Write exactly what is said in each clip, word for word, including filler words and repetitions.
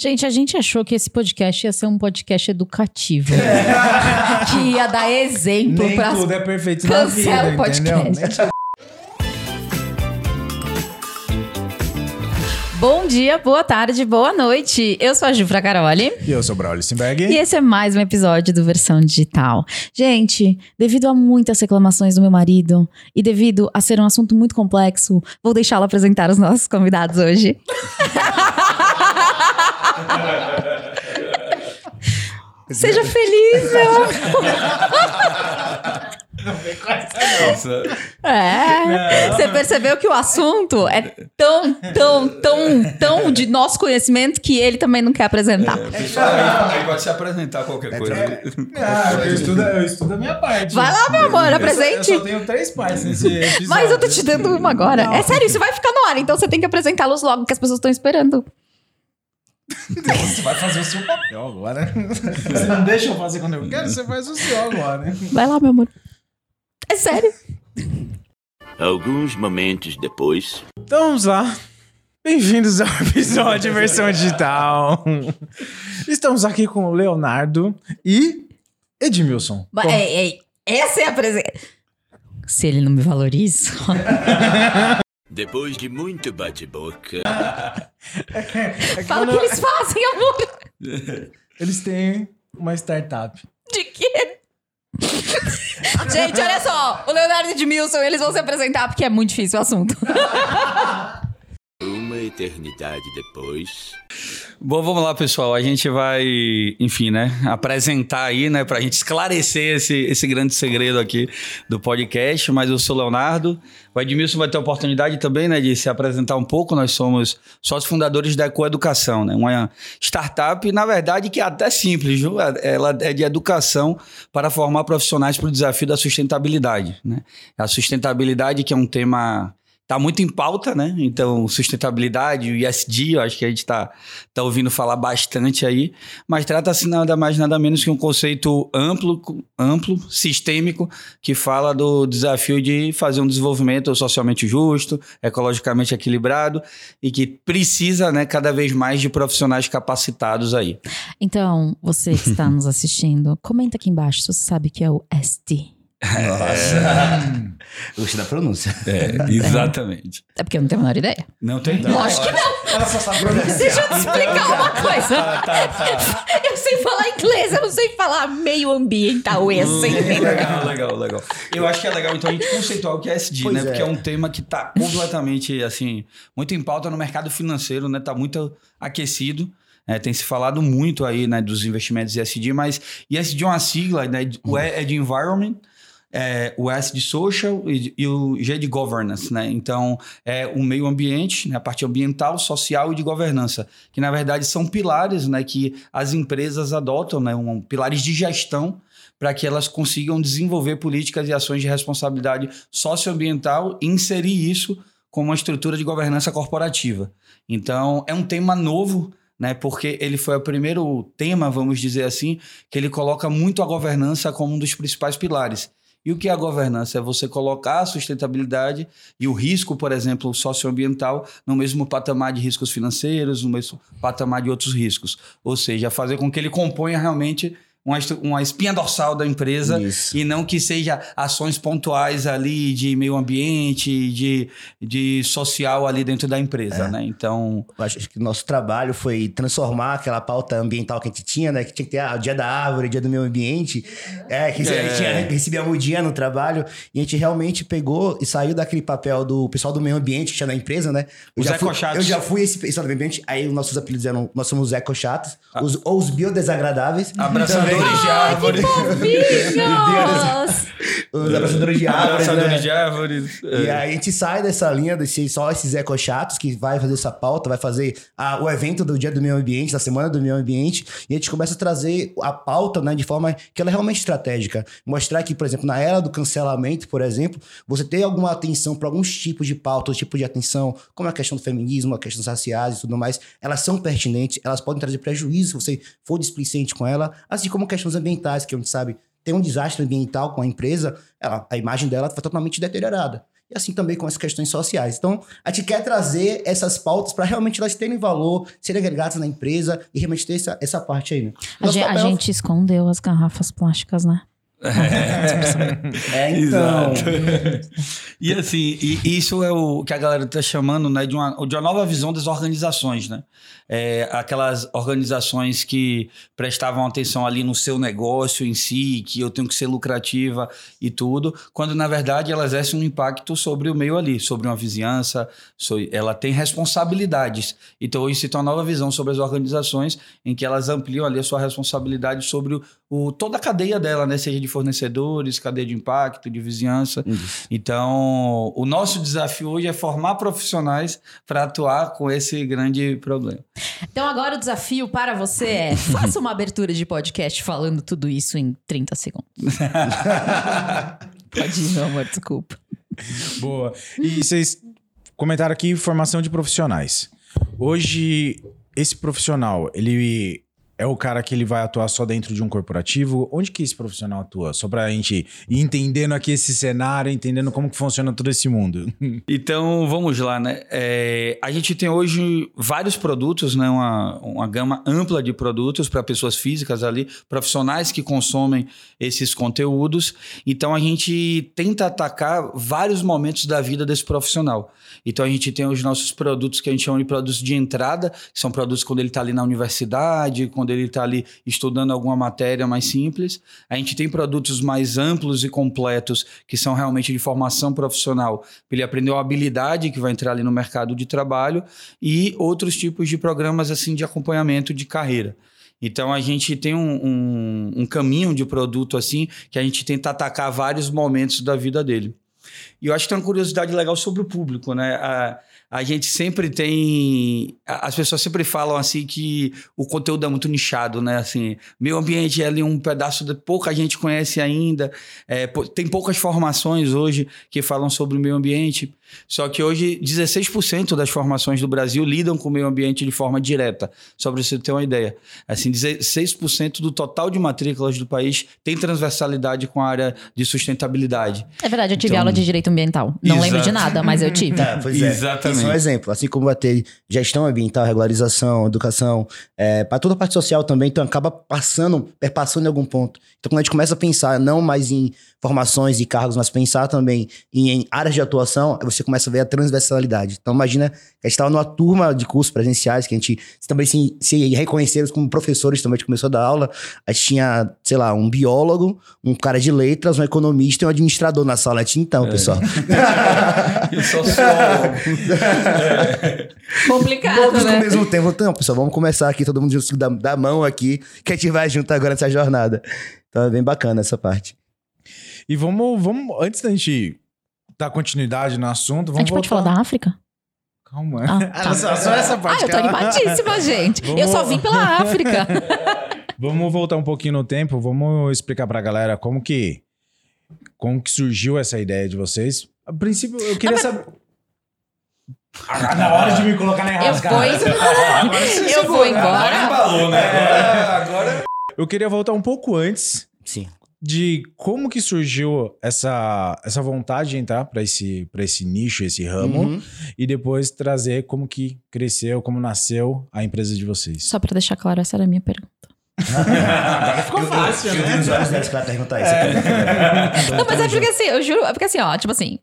Gente, a gente achou que esse podcast ia ser um podcast educativo. É. Que ia dar exemplo para Nem tudo é perfeito na vida, Cancela o podcast. entendeu? Bom dia, boa tarde, boa noite. Eu sou a Ju Fracaroli. E eu sou o Braulio Simberg. E esse é mais um episódio do Versão Digital. Gente, devido a muitas reclamações do meu marido e devido a ser um assunto muito complexo, vou deixá-lo apresentar os nossos convidados hoje. Seja feliz, meu amor. Não vem com essa, não. É, você percebeu que o assunto é tão, tão, tão, tão de nosso conhecimento que ele também não quer apresentar. É, pessoal, aí pode se apresentar qualquer coisa. É, ah, eu, estudo, eu estudo a minha parte. Vai lá, meu amor, eu apresente. Só, eu só tenho três partes nesse episódio. Mas eu tô te dando uma agora. Não. É sério, isso vai ficar no ar, então você tem que apresentá-los logo, que as pessoas estão esperando. Você vai fazer o seu papel agora. Você não deixa eu fazer quando eu quero, você faz o seu agora. Vai lá, meu amor. É sério. Alguns momentos depois. Então vamos lá. Bem-vindos ao episódio Versão Digital. Estamos aqui com o Leonardo e Edmilson. Mas, ei, ei, essa é a presença. Se ele não me valoriza. Depois de muito bate-boca. É Fala o que eles fazem, amor. Eles têm uma startup. De quê? Gente, olha só. O Leonardo e o Edmilson, eles vão se apresentar porque é muito difícil o assunto. Uma eternidade depois. Bom, vamos lá, pessoal. A gente vai, enfim, né, apresentar aí, né, pra gente esclarecer esse, esse grande segredo aqui do podcast. Mas eu sou o Leonardo. O Edmilson vai ter a oportunidade também, né, de se apresentar um pouco. Nós somos sócios fundadores da Ecoeducação, né, uma startup, na verdade, que é até simples, viu? Ela é de educação para formar profissionais para o desafio da sustentabilidade, né? A sustentabilidade, que é um tema... Está muito em pauta, né? Então, sustentabilidade, o E S G, eu acho que a gente está tá ouvindo falar bastante aí, mas trata-se nada mais, nada menos que um conceito amplo, amplo, sistêmico, que fala do desafio de fazer um desenvolvimento socialmente justo, ecologicamente equilibrado e que precisa, né, cada vez mais de profissionais capacitados aí. Então, você que está nos assistindo, comenta aqui embaixo se você sabe o que é o S T. Nossa. Gostei da pronúncia. É, exatamente. É porque eu não tenho a menor ideia. Não tem? Lógico que não. Ela só sabe pronunciar. Deixa eu te explicar uma coisa. Tá, tá, tá. Eu sei falar inglês, eu não sei falar meio ambiental esse. Legal, legal, legal. Eu acho que é legal, então, a gente conceituar o que é S D, Pois né? é. Porque é um tema que tá completamente, assim, muito em pauta no mercado financeiro, né? Tá muito aquecido. É, tem se falado muito aí, né, dos investimentos em E S G, mas E S G é uma sigla, né? O E é de Environment, é, o S de Social e, e o G de Governance, né? Então, é o meio ambiente, né? A parte ambiental, social e de governança, que na verdade são pilares, né, que as empresas adotam, né? Um, pilares de gestão para que elas consigam desenvolver políticas e ações de responsabilidade socioambiental e inserir isso como uma estrutura de governança corporativa. Então, é um tema novo, né, porque ele foi o primeiro tema, vamos dizer assim, que ele coloca muito a governança como um dos principais pilares. E o que é a governança? É você colocar a sustentabilidade e o risco, por exemplo, socioambiental, no mesmo patamar de riscos financeiros, no mesmo patamar de outros riscos. Ou seja, fazer com que ele componha realmente uma, uma espinha dorsal da empresa. Isso. E não que seja ações pontuais ali de meio ambiente, de, de social ali dentro da empresa, é. né? Então... Eu acho que o nosso trabalho foi transformar aquela pauta ambiental que a gente tinha, né? Que tinha que ter ah, o dia da árvore, o dia do meio ambiente. É, que é. a gente tinha, recebia a mudinha no trabalho. E a gente realmente pegou e saiu daquele papel do pessoal do meio ambiente que tinha na empresa, né? Eu os já fui, ecochatos. Eu já fui esse pessoal do meio ambiente. Aí os nossos apelidos eram... Nós somos os ecochatos. Ah. Os, ou os biodesagradáveis. Abraçadores de árvores. Os abraçadores de árvores. Abraçadores né? de árvores. É. E aí a gente sai dessa linha de ser só esses ecochatos que vai fazer essa pauta, vai fazer a, o evento do Dia do Meio Ambiente, da Semana do Meio Ambiente, e a gente começa a trazer a pauta, né, de forma que ela é realmente estratégica. Mostrar que, por exemplo, na era do cancelamento, por exemplo, você tem alguma atenção para alguns tipos de pauta, tipo de atenção, como a questão do feminismo, a questão das raciais e tudo mais, elas são pertinentes, elas podem trazer prejuízo se você for displicente com ela, assim como questões ambientais, que a gente sabe, tem um desastre ambiental com a empresa, ela, a imagem dela foi totalmente deteriorada. e assim também com as questões sociais. Então, a gente quer trazer essas pautas para realmente elas terem valor, serem agregadas na empresa e realmente ter essa, essa parte aí, né? A, ge- papel... a gente escondeu as garrafas plásticas, né? É, é então. E assim, e isso é o que a galera tá chamando, né, de uma, de uma nova visão das organizações, né? É, aquelas organizações que prestavam atenção ali no seu negócio em si, que eu tenho que ser lucrativa e tudo, quando na verdade ela exerce um impacto sobre o meio ali, sobre uma vizinhança, sobre, ela tem responsabilidades. Então hoje se tem uma nova visão sobre as organizações em que elas ampliam ali a sua responsabilidade sobre o, o, toda a cadeia dela, né? Seja de fornecedores, cadeia de impacto, de vizinhança. Isso. Então, o nosso desafio hoje é formar profissionais para atuar com esse grande problema. Então, agora o desafio para você é: faça uma abertura de podcast falando tudo isso em trinta segundos. Pode ir, meu amor, desculpa. Boa. E vocês comentaram aqui formação de profissionais. Hoje, esse profissional, ele... é o cara que ele vai atuar só dentro de um corporativo? Onde que esse profissional atua? Só pra gente ir entendendo aqui esse cenário, entendendo como que funciona todo esse mundo. Então, vamos lá, né? É, a gente tem hoje vários produtos, né? Uma, uma gama ampla de produtos para pessoas físicas ali, profissionais que consomem esses conteúdos. Então, a gente tenta atacar vários momentos da vida desse profissional. Então, a gente tem os nossos produtos que a gente chama de produtos de entrada, que são produtos quando ele está ali na universidade, quando ele está ali estudando alguma matéria mais simples. A gente tem produtos mais amplos e completos, que são realmente de formação profissional, para ele aprender uma habilidade que vai entrar ali no mercado de trabalho, e outros tipos de programas assim de acompanhamento de carreira. Então, a gente tem um, um, um caminho de produto assim, que a gente tenta atacar vários momentos da vida dele. E eu acho que tem uma curiosidade legal sobre o público, né? A, a gente sempre tem... As pessoas sempre falam assim que o conteúdo é muito nichado, né? Assim, meio ambiente é ali um pedaço de pouca gente conhece ainda. É, tem poucas formações hoje que falam sobre o meio ambiente. Só que hoje dezesseis por cento das formações do Brasil lidam com o meio ambiente de forma direta. Só para você ter uma ideia. Assim, dezesseis por cento do total de matrículas do país tem transversalidade com a área de sustentabilidade. É verdade, eu tive Então, aula de direito ambiental. Não exato. lembro de nada, mas eu tive. É, pois é. Exatamente. Isso é um exemplo. Assim como vai ter gestão ambiental, regularização, educação, é, para toda a parte social também, então acaba passando, perpassando em algum ponto. Então, quando a gente começa a pensar não mais em formações e cargos, mas pensar também em, em áreas de atuação, você começa a ver a transversalidade. Então, imagina que a gente estava numa turma de cursos presenciais, que a gente também se, se reconheceram como professores, também a gente começou a dar aula. A gente tinha, sei lá, um biólogo, um cara de letras, um economista e um administrador na sala. Tinha então, é. pessoal. E sociólogo. Complicado, Todos né? ao mesmo tempo. Então, pessoal, vamos começar aqui, todo mundo junto da, da mão aqui, que a gente vai junto agora nessa jornada. Então, é bem bacana essa parte. E vamos, vamos, antes da gente dar continuidade no assunto, vamos A gente pode voltar... falar da África? Calma. Ah, tá. só, só essa parte. Ah, eu tô animadíssima, gente. Vamos... Eu só vim pela África. Vamos voltar um pouquinho no tempo, vamos explicar pra galera como que, como que surgiu essa ideia de vocês. A princípio, eu queria saber... Ah, na hora de me colocar na enrascada. Eu vou, eu vou embora. Agora embalou, né? Agora, agora... Eu queria voltar um pouco antes. Sim. De como que surgiu essa, essa vontade de entrar para esse, pra esse nicho, esse ramo, Uhum. e depois trazer como que cresceu, como nasceu a empresa de vocês. Só pra deixar claro, essa era a minha pergunta. Agora ficou fácil, Eu, eu, eu né? tenho os olhos deles pra perguntar isso. É. Não, mas é porque assim, eu juro, é porque assim, ó, tipo assim.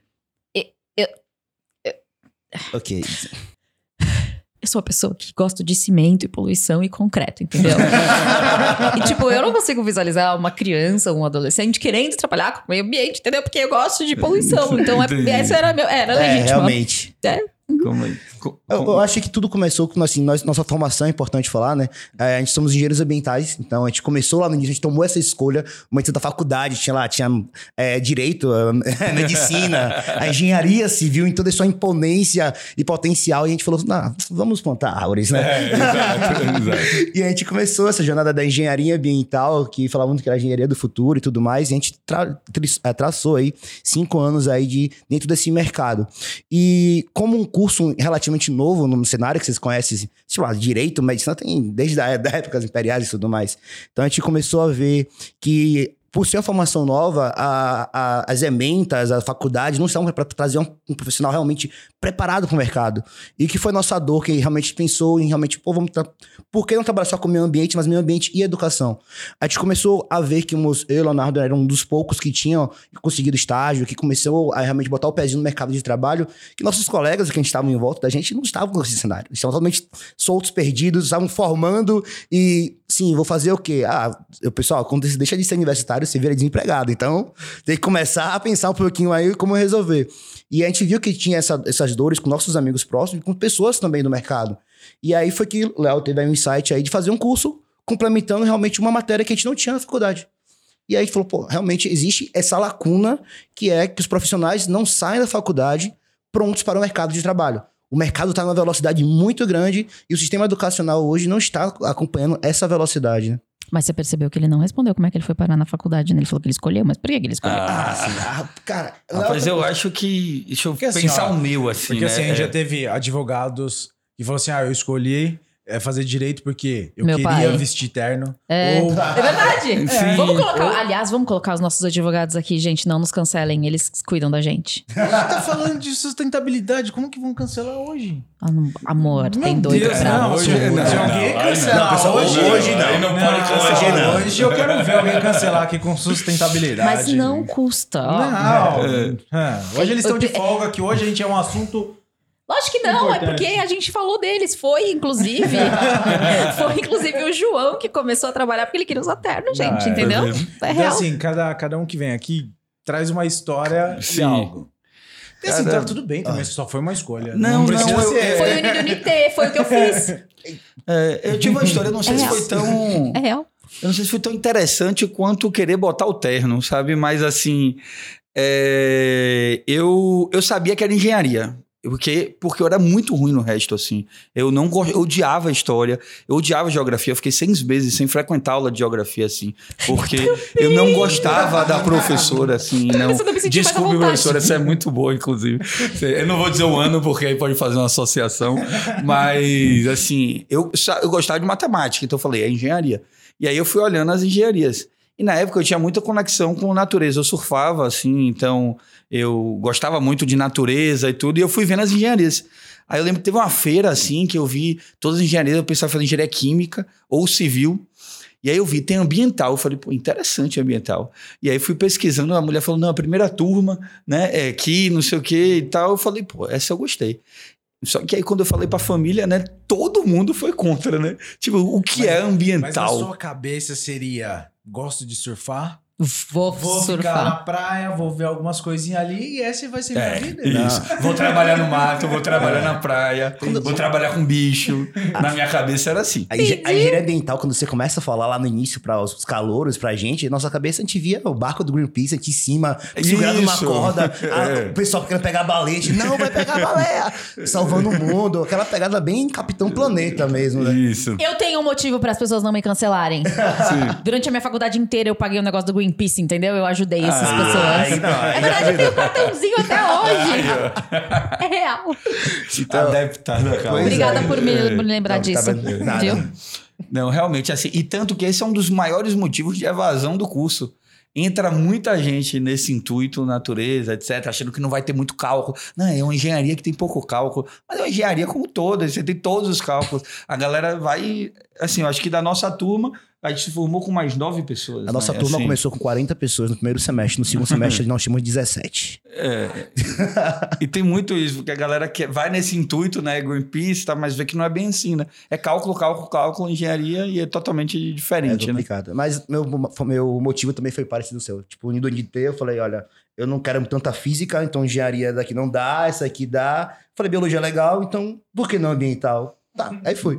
Ok. Eu sou uma pessoa que gosta de cimento e poluição e concreto, entendeu? E tipo, eu não consigo visualizar uma criança, um adolescente querendo trabalhar com o meio ambiente, entendeu? Porque eu gosto de poluição. Então, é, essa era, meu, era É, legítima. realmente. É. Como é? Co- Eu, como- eu acho que tudo começou com, assim, nós, nossa formação é importante falar, né? É, a gente somos engenheiros ambientais, então a gente começou lá no início, a gente tomou essa escolha, no momento da faculdade, tinha lá, tinha é, direito, é, medicina, a engenharia civil em toda a sua imponência e potencial, e a gente falou, não, vamos plantar árvores, né? É, exato, exato. E a gente começou essa jornada da engenharia ambiental, que falava muito que era a engenharia do futuro e tudo mais, e a gente tra tra traçou aí cinco anos aí de, dentro desse mercado. E como um curso relativamente novo no cenário, que vocês conhecem, sei lá, direito, medicina tem desde a da época imperiais e tudo mais. Então a gente começou a ver que por ser uma formação nova, a, a, as ementas, a faculdade não estavam para trazer um, um profissional realmente preparado para o mercado. E que foi nossa dor, que realmente pensou em realmente, pô, vamos tra- por que não trabalhar só com o meio ambiente, mas meio ambiente e educação? A gente começou a ver que eu e o Leonardo eram um dos poucos que tinham conseguido estágio, que começou a realmente botar o pezinho no mercado de trabalho, que nossos colegas que a gente estavam em volta da gente não estavam nesse cenário. Eles estavam totalmente soltos, perdidos, estavam formando e, sim, vou fazer o quê? Ah, eu, pessoal, quando você deixa de ser universitário, você vira desempregado. Então, tem que começar a pensar um pouquinho aí como resolver. E a gente viu que tinha essa, essas dores com nossos amigos próximos e com pessoas também do mercado. E aí foi que o Léo teve aí um insight aí de fazer um curso complementando realmente uma matéria que a gente não tinha na faculdade. E aí a gente falou, pô, realmente existe essa lacuna que é que os profissionais não saem da faculdade prontos para o mercado de trabalho. O mercado está numa velocidade muito grande e o sistema educacional hoje não está acompanhando essa velocidade, né? Mas você percebeu que ele não respondeu como é que ele foi parar na faculdade, né? Ele falou que ele escolheu, mas por que que ele escolheu? Ah, Ah, sim. Ah, cara... Rapaz, eu acho que... Deixa eu Porque assim, pensar ó, o meu, assim, Porque né? assim, a gente É. já teve advogados que falaram assim, ah, eu escolhi é, fazer direito porque eu Meu queria pai. vestir terno. É, Ou... é verdade. Sim. Vamos colocar, aliás, vamos colocar os nossos advogados aqui, gente. Não nos cancelem, eles cuidam da gente. A gente tá falando de sustentabilidade, como que vão cancelar hoje? Ah, não- amor, Meu tem doido Deus, pra... não, hoje se, não, se não, alguém aí não. cancelar Não, pessoal, hoje, hoje não. aí não pode cancelar. hoje não. Hoje eu quero ver alguém cancelar aqui com sustentabilidade. Mas não custa. ó. Não. É. Hoje eles estão de Eu- folga, que hoje a gente é um assunto... Lógico que não, Importante. é porque a gente falou deles. Foi, inclusive. Foi, inclusive, o João que começou a trabalhar porque ele queria usar terno, gente, Ah, é. entendeu? É Então, real. assim, cada, cada um que vem aqui traz uma história de Sim. algo. E assim, Cada- tá tudo bem também, só foi uma escolha. Não, precisa não, eu- ser. Foi o Unidunité, foi o que eu fiz. É, eu tive uma história, eu não sei É se real. foi tão... É real. Eu não sei se foi tão interessante quanto querer botar o terno, sabe? Mas assim, é, eu, eu sabia que era engenharia. Porque, porque eu era muito ruim no resto, assim. Eu não go- eu odiava a história, eu odiava a geografia. Eu fiquei seis meses sem frequentar aula de geografia, assim. Porque eu não gostava da professora, assim. Não. Você não me sentiu mais à Desculpe, vontade. professora, essa é muito boa, inclusive. Eu não vou dizer o ano, porque aí pode fazer uma associação. Mas, assim, eu, sa- eu gostava de matemática, então eu falei, é engenharia. E aí eu fui olhando as engenharias. E na época eu tinha muita conexão com a natureza. Eu surfava, assim, então eu gostava muito de natureza e tudo. E eu fui vendo as engenharias. Aí eu lembro que teve uma feira, assim, que eu vi todas as engenharias. Eu pensava fazer engenharia química ou civil. E aí eu vi, tem ambiental. Eu falei, pô, interessante ambiental. E aí fui pesquisando, a mulher falou, não, a primeira turma, né, é aqui, não sei o que e tal. Eu falei, pô, essa eu gostei. Só que aí quando eu falei pra família, né, todo mundo foi contra, né? Tipo, o que Mas- é Mas na ambiental? sua cabeça seria, gosto de surfar, Vou, vou ficar surfar. na praia, vou ver algumas coisinhas ali e essa vai ser É, minha vida. isso. Vou trabalhar no mato, vou trabalhar na praia, vou trabalhar com bicho. Na minha cabeça era assim. A, engen- a engenharia ambiental, quando você começa a falar lá no início para os, os calouros, pra gente, nossa cabeça a gente via o barco do Greenpeace aqui em cima, segurando uma Isso. corda, a- É. o pessoal querendo pegar a baleia, a gente, não vai pegar a baleia, salvando o mundo, aquela pegada bem Capitão Planeta mesmo, né? Isso. Eu tenho um motivo para as pessoas não me cancelarem. Durante a minha faculdade inteira eu paguei o negócio do Greenpeace, entendeu? Eu ajudei essas Ah, pessoas. Ai, não, É aí verdade, já- eu tenho um cartãozinho até hoje. É real. Adaptado à causa. Pois Obrigada é. por me, por me lembrar Não, tá disso. vendo? Nada. Viu? Não, realmente, assim. E tanto que esse é um dos maiores motivos de evasão do curso. Entra muita gente nesse intuito, natureza, etcétera, achando que não vai ter muito cálculo. Não, é uma engenharia que tem pouco cálculo. Mas é uma engenharia como todas, você tem todos os cálculos. A galera vai... Assim, eu acho que da nossa turma, a gente se formou com mais nove pessoas. A nossa né? turma Assim, começou com quarenta pessoas no primeiro semestre, no segundo semestre nós tínhamos dezessete. E tem muito isso, porque a galera quer, vai nesse intuito, né? Greenpeace, tá, mas vê que não é bem assim, né? É cálculo, cálculo, cálculo, engenharia e é totalmente É diferente, né? complicado. Mas meu, meu motivo também foi parecido do seu. Tipo, unido de ter, eu falei, olha, eu não quero tanta física, então engenharia daqui não dá, essa aqui dá. Falei, biologia é legal, então por que não ambiental? Tá, aí fui.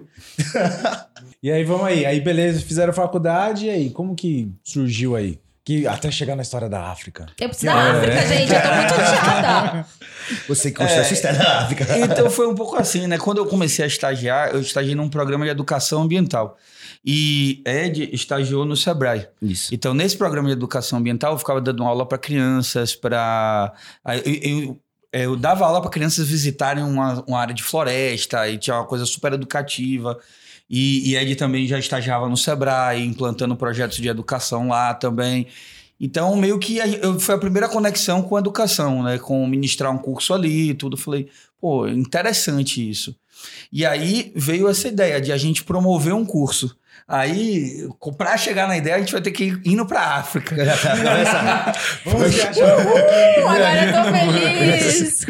E aí, vamos aí. Aí, beleza, fizeram faculdade, e aí, como que surgiu aí? Que, até chegar na história da África. Eu preciso da África, gente. Eu tô muito chateada. Você que construiu É. essa história da África. Então foi um pouco assim, né? Quando eu comecei a estagiar, eu estagiei num programa de educação ambiental. E Ed estagiou no Sebrae. Isso. Então, nesse programa de educação ambiental, eu ficava dando aula para crianças, para... Eu, eu, eu dava aula para crianças visitarem uma, uma área de floresta e tinha uma coisa super educativa. E, e Ed também já estagiava no Sebrae, implantando projetos de educação lá também. Então, meio que a- eu, foi a primeira conexão com a educação, né? Com ministrar um curso ali e tudo. Falei, pô, interessante isso. E aí veio essa ideia de a gente promover um curso. Aí, para chegar na ideia, a gente vai ter que ir indo para a África. Vamos viajar um pouquinho. Agora eu tô feliz.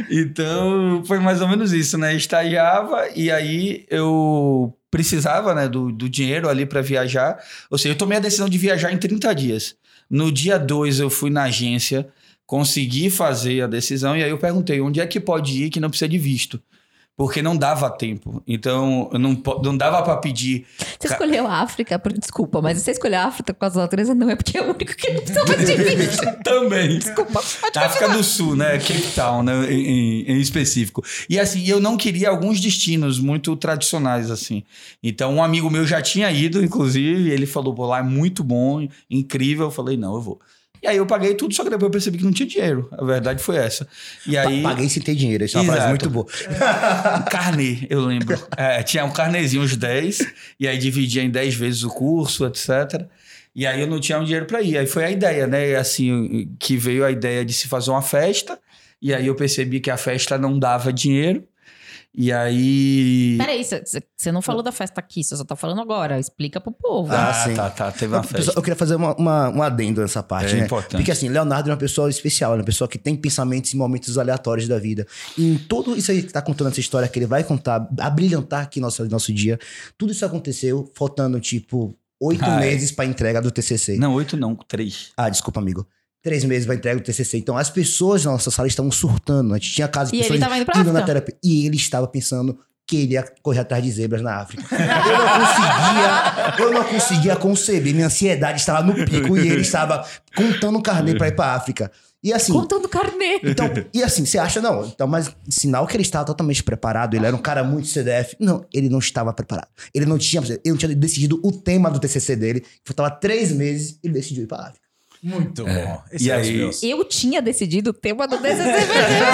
Então, foi mais ou menos isso, né? Estagiava e aí eu precisava, né, do, do dinheiro ali para viajar. Ou seja, eu tomei a decisão de viajar em trinta dias. No dia dois eu fui na agência, consegui fazer a decisão e aí eu perguntei onde é que pode ir que não precisa de visto. Porque não dava tempo. Então, eu não, po- não dava para pedir. Você escolheu a África, por- desculpa, mas você escolheu a África por causa da natureza? Não, é porque é o único que não precisava de visto. Também. Desculpa, pode Na África do Sul, né? Cape Town, né? Em, em- em específico. E assim, eu não queria alguns destinos muito tradicionais, assim. Então, um amigo meu já tinha ido, inclusive, e ele falou, pô, lá é muito bom, incrível. Eu falei, não, eu vou. E aí eu paguei tudo, só que depois eu percebi que não tinha dinheiro. A verdade foi essa. E aí... Paguei sem ter dinheiro. Isso é uma frase Exato. muito boa. Um carnê, eu lembro. É, tinha um carnezinho, uns dez, e aí dividia em dez vezes o curso, etcétera. E aí eu não tinha um dinheiro para ir. Aí foi a ideia, né? Assim, que veio a ideia de se fazer uma festa, e aí eu percebi que a festa não dava dinheiro. E aí... Peraí, você não falou da festa aqui, você só tá falando agora. Explica pro povo. Ah, Ah, sim. tá, tá. Teve uma Pessoal, festa. eu queria fazer uma, uma, um adendo nessa parte, É né? importante. Porque assim, Leonardo é uma pessoa especial, é uma pessoa que tem pensamentos em momentos aleatórios da vida. E em tudo isso aí que tá contando essa história que ele vai contar, abrilhantar aqui nosso, nosso dia, tudo isso aconteceu faltando, tipo, oito Ah, é. meses pra entrega do T C C. Não, oito não, três. Ah, desculpa, amigo. Três meses pra entrega do T C C. Então, as pessoas na nossa sala estavam surtando. A gente tinha casa de E ele pessoas tava indo pra indo na África? terapia. E ele estava pensando que ele ia correr atrás de zebras na África. Eu não conseguia, eu não conseguia conceber. Minha ansiedade estava no pico e ele estava contando carnê pra ir pra África. E assim... Contando carnê. Então, e assim, você acha, não, então, mas sinal que ele estava totalmente preparado, ele era um cara muito C D F. Não, ele não estava preparado. Ele não tinha, ele não tinha decidido o tema do T C C dele. Faltava três meses e ele decidiu ir pra África. Muito bom. Esse E é os aí- meus. Eu tinha decidido o tema do D C C.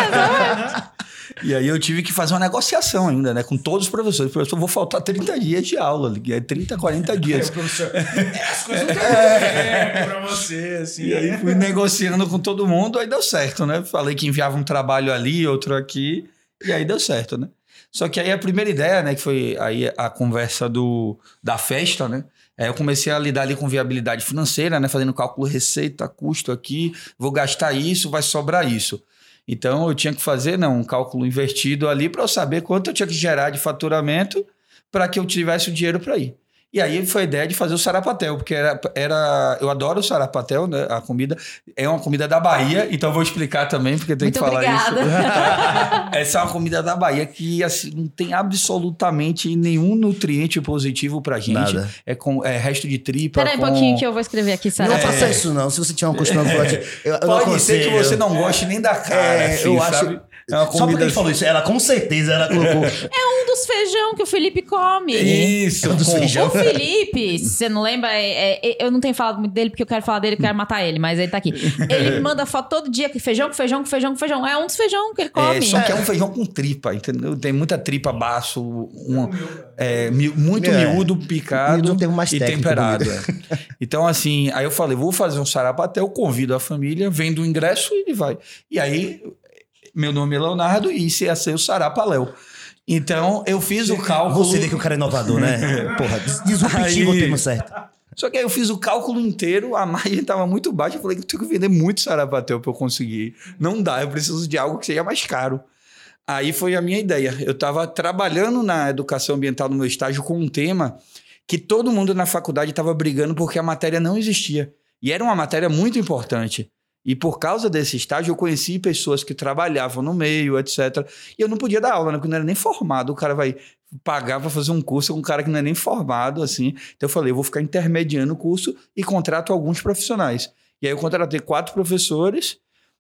E aí eu tive que fazer uma negociação ainda, né? Com todos os professores. Professor, eu vou faltar trinta dias de aula. É trinta, quarenta Aí dias. o professor, é, as coisas não é pra você, assim. E aí fui negociando com todo mundo, aí deu certo, né? Falei que enviava um trabalho ali, outro aqui, e aí deu certo, né? Só que aí a primeira ideia, né, que foi aí a conversa do, da festa, né? Aí eu comecei a lidar ali com viabilidade financeira, né? Fazendo cálculo receita, custo aqui, vou gastar isso, vai sobrar isso. Então eu tinha que fazer, não, um cálculo invertido ali para eu saber quanto eu tinha que gerar de faturamento para que eu tivesse o dinheiro para ir. E aí foi a ideia de fazer o sarapatel, porque era, era eu adoro o sarapatel, né? A comida é uma comida da Bahia, então eu vou explicar também, porque tem Muito que falar obrigada. isso. Essa é uma comida da Bahia que assim, não tem absolutamente nenhum nutriente positivo pra gente. Nada. É, com, é resto de tripa. Peraí um com... pouquinho que eu vou escrever aqui, Sara. Não faça isso, não. Se você tiver uma costumando forte, eu, eu não Pode ser que aconselho. você não goste nem da cara, É, filho, eu acho. sabe? É uma Só porque comida ele falou isso, ela com certeza ela colocou. Um dos feijão que o Felipe come. Isso, É um dos com- feijão. O Felipe, se você não lembra, é- é- eu não tenho falado muito dele porque eu quero falar dele, eu quero matar ele, mas ele tá aqui. Ele me manda foto todo dia que feijão, com feijão, com feijão, com feijão. É um dos feijão que ele come. É, só que é um feijão com tripa, entendeu? Tem muita tripa baixo, um, é, mi- muito É. miúdo, picado Miúdo é um termo mais e técnico temperado. do é. Então, assim, aí eu falei, vou fazer um sarapatel, convido a família, vendo o ingresso e vai. E aí, meu nome é Leonardo e isso ia ser o Sarapaléu. Então, eu fiz o cálculo... Você vê que o cara é inovador, né? Porra, des- disruptivo Aí- o termo certo. Só que aí eu fiz o cálculo inteiro, a margem estava muito baixa. Eu falei que eu tenho que vender muito sarapatel para eu conseguir. Não dá, eu preciso de algo que seja mais caro. Aí foi a minha ideia. Eu estava trabalhando na educação ambiental no meu estágio com um tema que todo mundo na faculdade estava brigando porque a matéria não existia. E era uma matéria muito importante. E por causa desse estágio, eu conheci pessoas que trabalhavam no meio, etcétera. E eu não podia dar aula, né? Porque eu não era nem formado. O cara vai pagar para fazer um curso com um cara que não é nem formado, assim. Então eu falei, eu vou ficar intermediando o curso e contrato alguns profissionais. E aí eu contratei quatro professores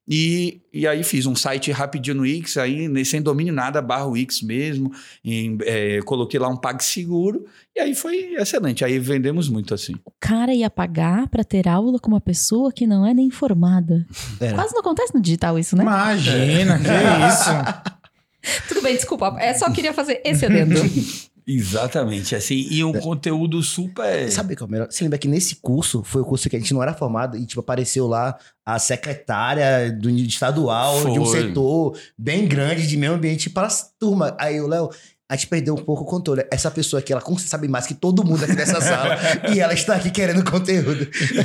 e, e aí fiz um site rapidinho no Wix, aí, sem domínio nada, barra Wix mesmo. E, é, coloquei lá um PagSeguro e aí foi excelente. Aí vendemos muito, assim. O cara ia pagar pra ter aula com uma pessoa que não é nem formada. Era. Quase não acontece no digital isso, né? Imagina, que isso. Tudo bem, desculpa. É só queria fazer esse adendo. Exatamente, assim, e um conteúdo super... Sabe o que é o melhor? Você lembra que nesse curso, foi o curso que a gente não era formado e, tipo, apareceu lá a secretária do estadual Foi. de um setor bem grande de meio ambiente para as turmas. Aí o Léo, a gente perdeu um pouco o controle. Essa pessoa aqui, ela como você sabe mais que todo mundo aqui nessa sala e ela está aqui querendo conteúdo.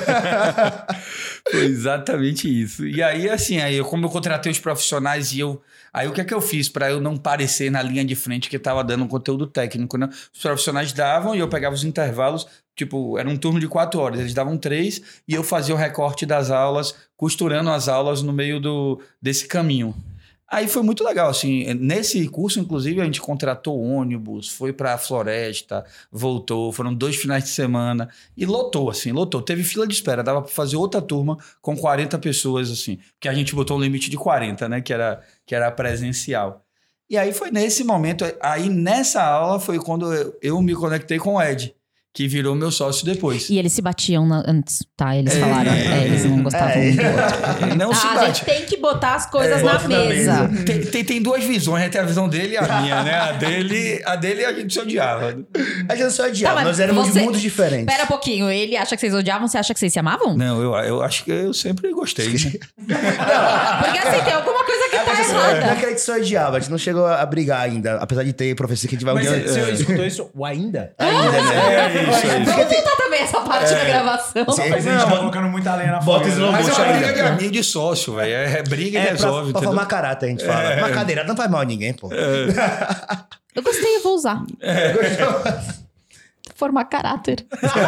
Foi exatamente isso. E aí, assim, aí eu, como eu contratei os profissionais e eu... Aí o que é que eu fiz para eu não parecer na linha de frente que estava dando um conteúdo técnico, né? Os profissionais davam e eu pegava os intervalos, tipo, era um turno de quatro horas, eles davam três e eu fazia o recorte das aulas, costurando as aulas no meio do, desse caminho. Aí foi muito legal, assim, nesse curso, inclusive, a gente contratou ônibus, foi para a floresta, voltou, foram dois finais de semana e lotou, assim, lotou. Teve fila de espera, dava para fazer outra turma com quarenta pessoas, assim, porque a gente botou um limite de quarenta, né, que era, que era presencial. E aí foi nesse momento, aí nessa aula foi quando eu, eu me conectei com o Ed, que virou meu sócio depois. E eles se batiam na, antes, tá? Eles falaram, é, eles não gostavam É. um do outro. Não se Ah, a bate. gente tem que botar as coisas É, na bota na mesa. mesa. Tem, tem, tem duas visões, né? Tem a visão dele e a minha, né? A dele, a dele a gente se odiava. A gente só odiava, Tá, mas nós éramos você- de mundos diferentes. Pera um pouquinho, ele acha que vocês odiavam, você acha que vocês se amavam? Não, eu, eu acho que eu sempre gostei. Né? Porque assim, tem alguma coisa que tá Não é errada. que a gente só odiava, a gente não chegou a brigar ainda, apesar de ter professor que a gente vai Mas odiar. você, você escutou isso? O ainda? Ainda, né? É isso, é isso. Vamos voltar também essa parte da gravação. Sim. Mas a gente tá colocando muita lenha na Bota fogueira. slow Mas é motion uma briga ainda. de amigo de sócio, velho. É, é briga e É, pra, resolve, pra entendeu? formar caráter, a gente fala. Uma cadeirada não faz mal a ninguém, pô. Eu gostei, eu vou usar. Formar caráter.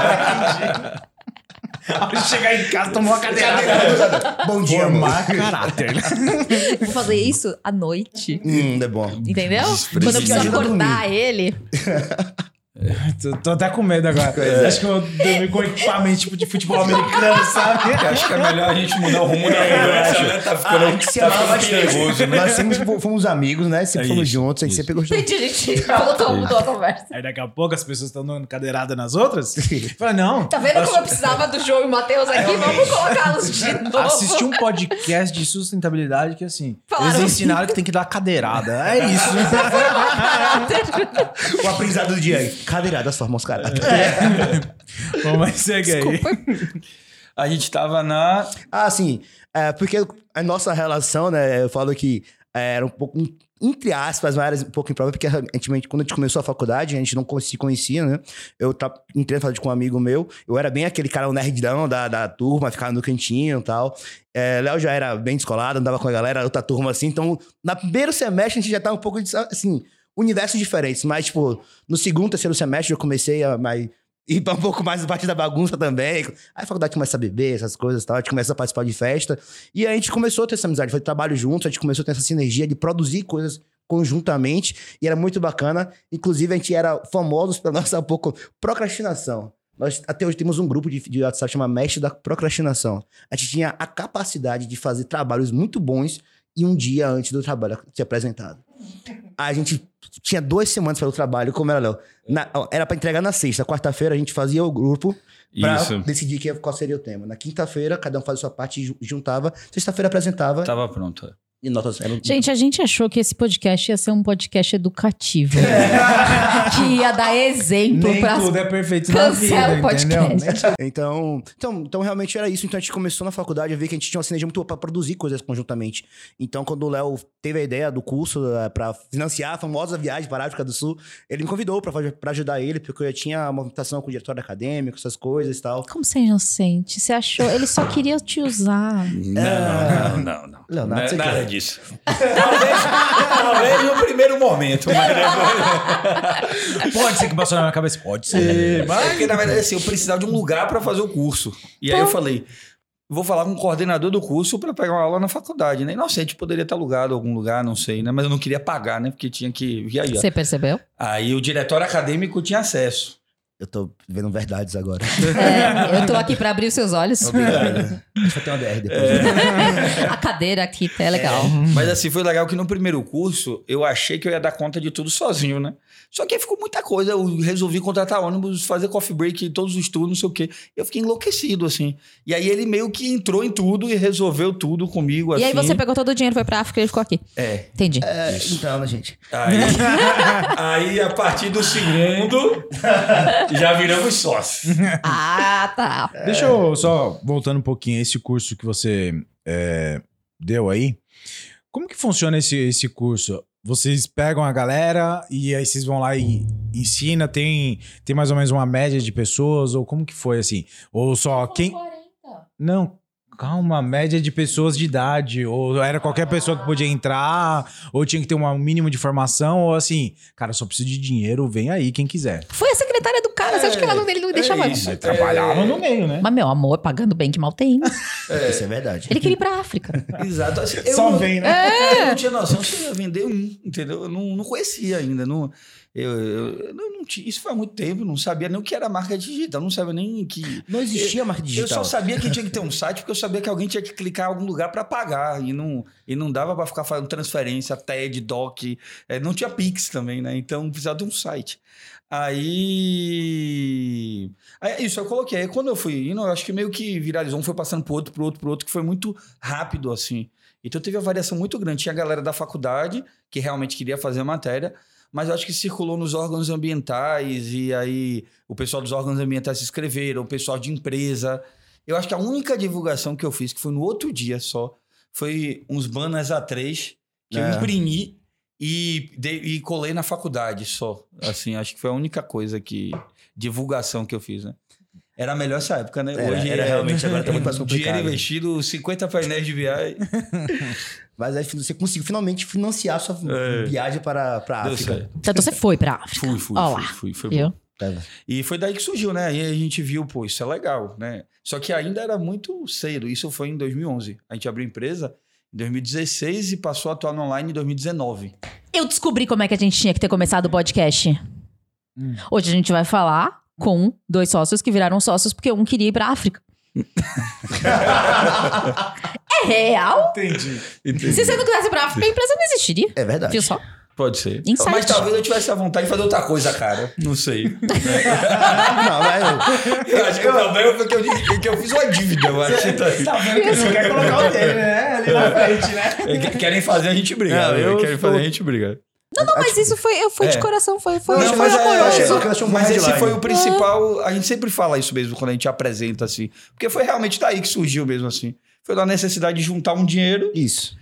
Chegar em casa, tomou uma cadeirada. Bom dia, amor. Formar caráter. Vou fazer isso à noite. Hum, é bom. Entendeu? Desprezo. Quando eu preciso Ajuda a acordar ele. tô, tô até com medo agora. Acho que eu dormi com equipamento tipo de futebol americano, sabe? Acho que é melhor a gente mudar o rumo da conversa, né? Tá ficando, Ah, a gente se tá amava ficando bastante. perigoso, né? Nós sempre fomos amigos, né? Sempre É fomos isso, juntos, a gente isso. sempre gostou. Gente, a gente voltou, mudou a conversa. Aí daqui a pouco as pessoas estão dando cadeirada nas outras. Fala, não. Tá vendo como eu precisava do João e o Matheus aqui? Vamos colocá-los de novo. Assisti um podcast de sustentabilidade que, assim, Falaram eles ensinaram que tem que dar cadeirada. É isso. O aprendizado do dia aí. Cadeiradas formam os caráter. Bom, mas segue aí. A gente tava na... Ah, sim. É, porque a nossa relação, né? Eu falo que é, era um pouco, um- entre aspas, mas era um pouco improvável, porque a gente, quando a gente começou a faculdade, a gente não se conhecia, né? Eu tava, entrei na faculdade com um amigo meu, eu era bem aquele cara, o nerdão da, da turma, ficava no cantinho e tal. É, Léo já era bem descolado, andava com a galera, outra turma assim, então, no primeiro semestre a gente já tava um pouco, de, assim, universos diferentes, mas, tipo, no segundo, terceiro semestre eu comecei a mais, ir pra um pouco mais a parte da bagunça também. Aí a faculdade começa a beber, essas coisas e tal, a gente começa a participar de festa. E aí a gente começou a ter essa amizade, foi trabalho juntos, a gente começou a ter essa sinergia de produzir coisas conjuntamente, e era muito bacana. Inclusive, a gente era famosos pela nossa um pouco procrastinação. Nós até hoje temos um grupo de, de WhatsApp chamado Mestre da Procrastinação. A gente tinha a capacidade de fazer trabalhos muito bons e um dia antes do trabalho ser apresentado. A gente tinha duas semanas para o trabalho, como era, Léo? Na- Era para entregar na sexta. Quarta-feira a gente fazia o grupo para Isso. decidir que- qual seria o tema. Na quinta-feira, cada um fazia a sua parte e ju- juntava. Sexta-feira apresentava Tava pronto. e notas eram... Gente, a gente achou que esse podcast ia ser um podcast educativo. Que ia dar exemplo Nem para tudo é perfeito na vida, Cancela o podcast. entendeu? Então, então, então, realmente era isso. Então, a gente começou na faculdade a ver que a gente tinha uma sinergia muito boa pra produzir coisas conjuntamente. Então, quando o Léo teve a ideia do curso eh, pra financiar a famosa viagem para a África do Sul, ele me convidou pra, fa- pra ajudar ele, porque eu já tinha movimentação com o diretor acadêmico, essas coisas e tal. Como você é inocente? Você achou? Ele só queria te usar. Não, não, não, não. Leonardo, Não, você nada quer? disso. Talvez, talvez no primeiro momento, mas depois... Pode ser que passou na minha cabeça. Pode ser. É porque, na verdade, assim, eu precisava de um lugar para fazer o curso. E aí eu falei, vou falar com o coordenador do curso para pegar uma aula na faculdade, né? Inocente, poderia estar alugado em algum lugar, não sei, né? Mas eu não queria pagar, né? Porque tinha que viajar. Você percebeu? Aí o diretório acadêmico tinha acesso. Eu tô vendo verdades agora. É, eu tô aqui pra abrir os seus olhos. Obrigado. Deixa eu ter uma D R depois. É. A cadeira aqui tá legal. Mas assim, foi legal que no primeiro curso eu achei que eu ia dar conta de tudo sozinho, né? Só que aí ficou muita coisa. Eu resolvi contratar ônibus, fazer coffee break, todos os turnos, não sei o quê. Eu fiquei enlouquecido, assim. E aí ele meio que entrou em tudo e resolveu tudo comigo, assim. E aí você pegou todo o dinheiro, foi pra África e ele ficou aqui. É. Entendi. É, então, né, gente? Aí, aí, a partir do segundo, já viramos sócios. Ah, tá. Deixa eu só, voltando um pouquinho, esse curso que você é, deu aí, como que funciona esse, esse curso? Vocês pegam a galera e aí vocês vão lá e ensinam, tem, tem mais ou menos uma média de pessoas, ou como que foi assim? Ou só quem... Não, calma, média de pessoas de idade, ou era qualquer pessoa que podia entrar, ou tinha que ter um mínimo de formação, ou assim, cara, só preciso de dinheiro, vem aí quem quiser. Foi a secretária do cara, você acha que ela não, ele não deixava... é isso. Mas trabalhava no meio, né? Mas, meu amor, pagando bem que mal tem. Isso é verdade. Ele queria ir pra África. Exato. Assim, eu Só não, vem, né? Eu não tinha noção se eu ia vender um, entendeu? Eu não, não conhecia ainda. Não, eu, eu, eu não, não tinha, isso foi há muito tempo, não sabia nem o que era marca digital, não sabia nem que... Não existia marca Eu digital. só sabia que tinha que ter um site, porque eu sabia que alguém tinha que clicar em algum lugar para pagar, e não, e não dava para ficar fazendo transferência, T E D, D O C, é, não tinha Pix também, né? Então precisava de um site. Aí... aí isso, eu coloquei. Aí quando eu fui indo, eu acho que meio que viralizou, um foi passando pro outro, pro outro, pro outro, que foi muito rápido, assim. Então teve uma variação muito grande. Tinha a galera da faculdade, que realmente queria fazer a matéria, mas eu acho que circulou nos órgãos ambientais, e aí o pessoal dos órgãos ambientais se inscreveram, o pessoal de empresa. Eu acho que a única divulgação que eu fiz, que foi no outro dia só, foi uns banners A três que É. eu imprimi e, dei, e colei na faculdade só. Assim, acho que foi a única coisa que... divulgação que eu fiz, né? Era melhor essa época, né? Era, Hoje era é, realmente, agora tá muito mais complicado. Dinheiro investido, cinquenta painéis de viagem. Mas aí você conseguiu finalmente financiar sua É. viagem para, para a Deu África. certo. Então você foi pra África. Fui, fui, Ó fui, lá. fui, foi Viu? bom. E foi daí que surgiu, né? Aí a gente viu, pô, isso é legal, né? Só que ainda era muito cedo. Isso foi em dois mil e onze. A gente abriu a empresa em dois mil e dezesseis e passou a atuar no online em dois mil e dezenove. Eu descobri como é que a gente tinha que ter começado o podcast. Hoje a gente vai falar com dois sócios que viraram sócios porque um queria ir pra África. É real? Entendi. Se você não quisesse ir pra África, a empresa não existiria. É verdade. Viu só? Pode ser. Insight. Mas talvez eu tivesse a vontade de fazer outra coisa, cara. Não sei. Não, mas... Eu acho que o problema foi que eu, que eu fiz uma dívida, eu acho. Tá vendo que não quer colocar o dele, né? Ali na frente, né? Querem fazer, a gente briga. Não, eu Querem sou- fazer, a gente briga. Não, não, mas isso foi, eu fui É. de coração, foi, foi, Não, foi mas é- amoroso. eu achei que ela tinha um Mas esse headline. foi o principal. A gente sempre fala isso mesmo quando a gente apresenta assim. Porque foi realmente daí que surgiu mesmo assim. Foi da necessidade de juntar um dinheiro Isso.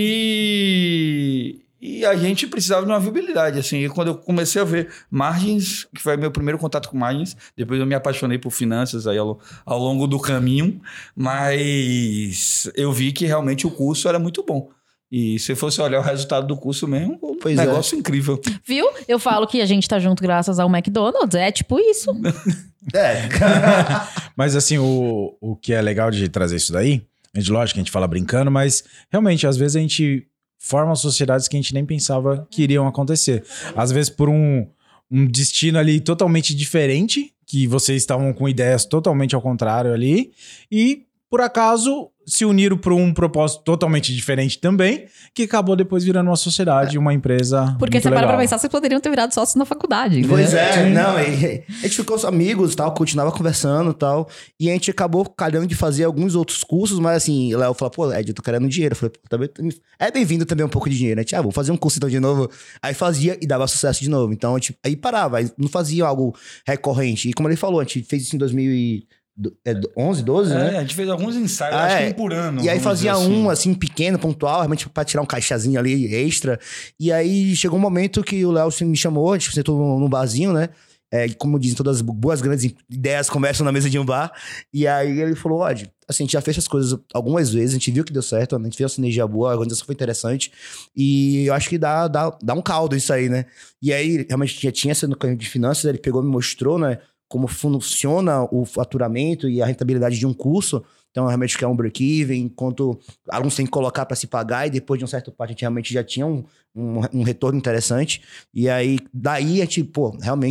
e. E a gente precisava de uma viabilidade, assim. E quando eu comecei a ver margens, que foi meu primeiro contato com margens, depois eu me apaixonei por finanças aí ao, ao longo do caminho, mas eu vi que realmente o curso era muito bom. E se fosse olhar o resultado do curso mesmo, um Pois é. negócio incrível. Viu? Eu falo que a gente tá junto graças ao McDonald's, é tipo isso. É. Mas assim, o, o que é legal de trazer isso daí, a gente, lógico que a gente fala brincando, mas realmente, às vezes a gente forma sociedades que a gente nem pensava que iriam acontecer. Às vezes por um, um destino ali totalmente diferente, que vocês estavam com ideias totalmente ao contrário ali, e por acaso se uniram para um propósito totalmente diferente também, que acabou depois virando uma sociedade, uma empresa Porque muito você para legal. pra pensar, vocês poderiam ter virado sócios na faculdade. entendeu? Pois é, não, e, a gente ficou amigos e tal, continuava conversando e tal, e a gente acabou calhando de fazer alguns outros cursos, mas assim, o Léo falou, pô, Ed, eu tô querendo dinheiro. Eu falei, pô, também, é bem-vindo também um pouco de dinheiro, né? Ah, vou fazer um curso então de novo. Aí fazia e dava sucesso de novo. Então, a gente, aí parava, aí não fazia algo recorrente. E como ele falou, a gente fez isso em dois mil e onze, doze, É, né? a gente fez alguns ensaios, Ah, acho que é. um por ano. E aí vamos fazia dizer um, assim, pequeno, pontual, realmente pra tirar um caixazinho ali extra. E aí chegou um momento que o Léo assim, me chamou, a gente sentou num num barzinho, né? É, como dizem, todas as boas grandes ideias começam na mesa de um bar. E aí ele falou, ó, assim, a gente já fez essas coisas algumas vezes, a gente viu que deu certo, a gente fez uma sinergia boa, a organização foi interessante. E eu acho que dá, dá, dá um caldo isso aí, né? E aí, realmente, já tinha essa no caminho de finanças, ele pegou e me mostrou, né? Como funciona o faturamento e a rentabilidade de um curso. Então, realmente, que é um break-even, enquanto alunos têm que colocar para se pagar, e depois de um certo parte, a gente realmente já tinha um, um, um retorno interessante. E aí, daí, a gente, pô, realmente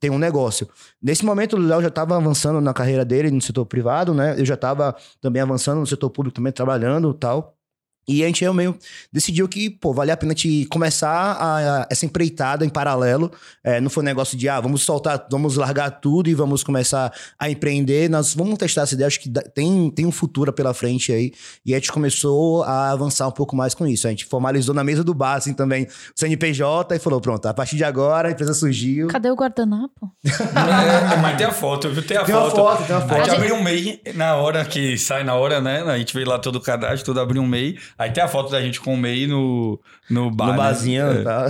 tem um negócio. Nesse momento, o Léo já estava avançando na carreira dele no setor privado, né? Eu já estava também avançando no setor público, também trabalhando e tal. E a gente meio decidiu que, pô, valia a pena a gente começar a, a, essa empreitada em paralelo. É, não foi um negócio de, ah, vamos soltar, vamos largar tudo e vamos começar a empreender. Nós vamos testar essa ideia, acho que tem, tem um futuro pela frente aí. E a gente começou a avançar um pouco mais com isso. A gente formalizou na mesa do bar, assim, também, o C N P J e falou, pronto, a partir de agora a empresa surgiu. Cadê o guardanapo? É, mas tem a foto, viu? Tem a Tem foto. uma foto, tem uma foto. A gente A gente- abriu um M E I na hora que sai na hora, né? A gente veio lá todo o cadastro, tudo abriu um M E I. Aí tem a foto da gente com o M E I no, no bar. No né? barzinho É. e tal.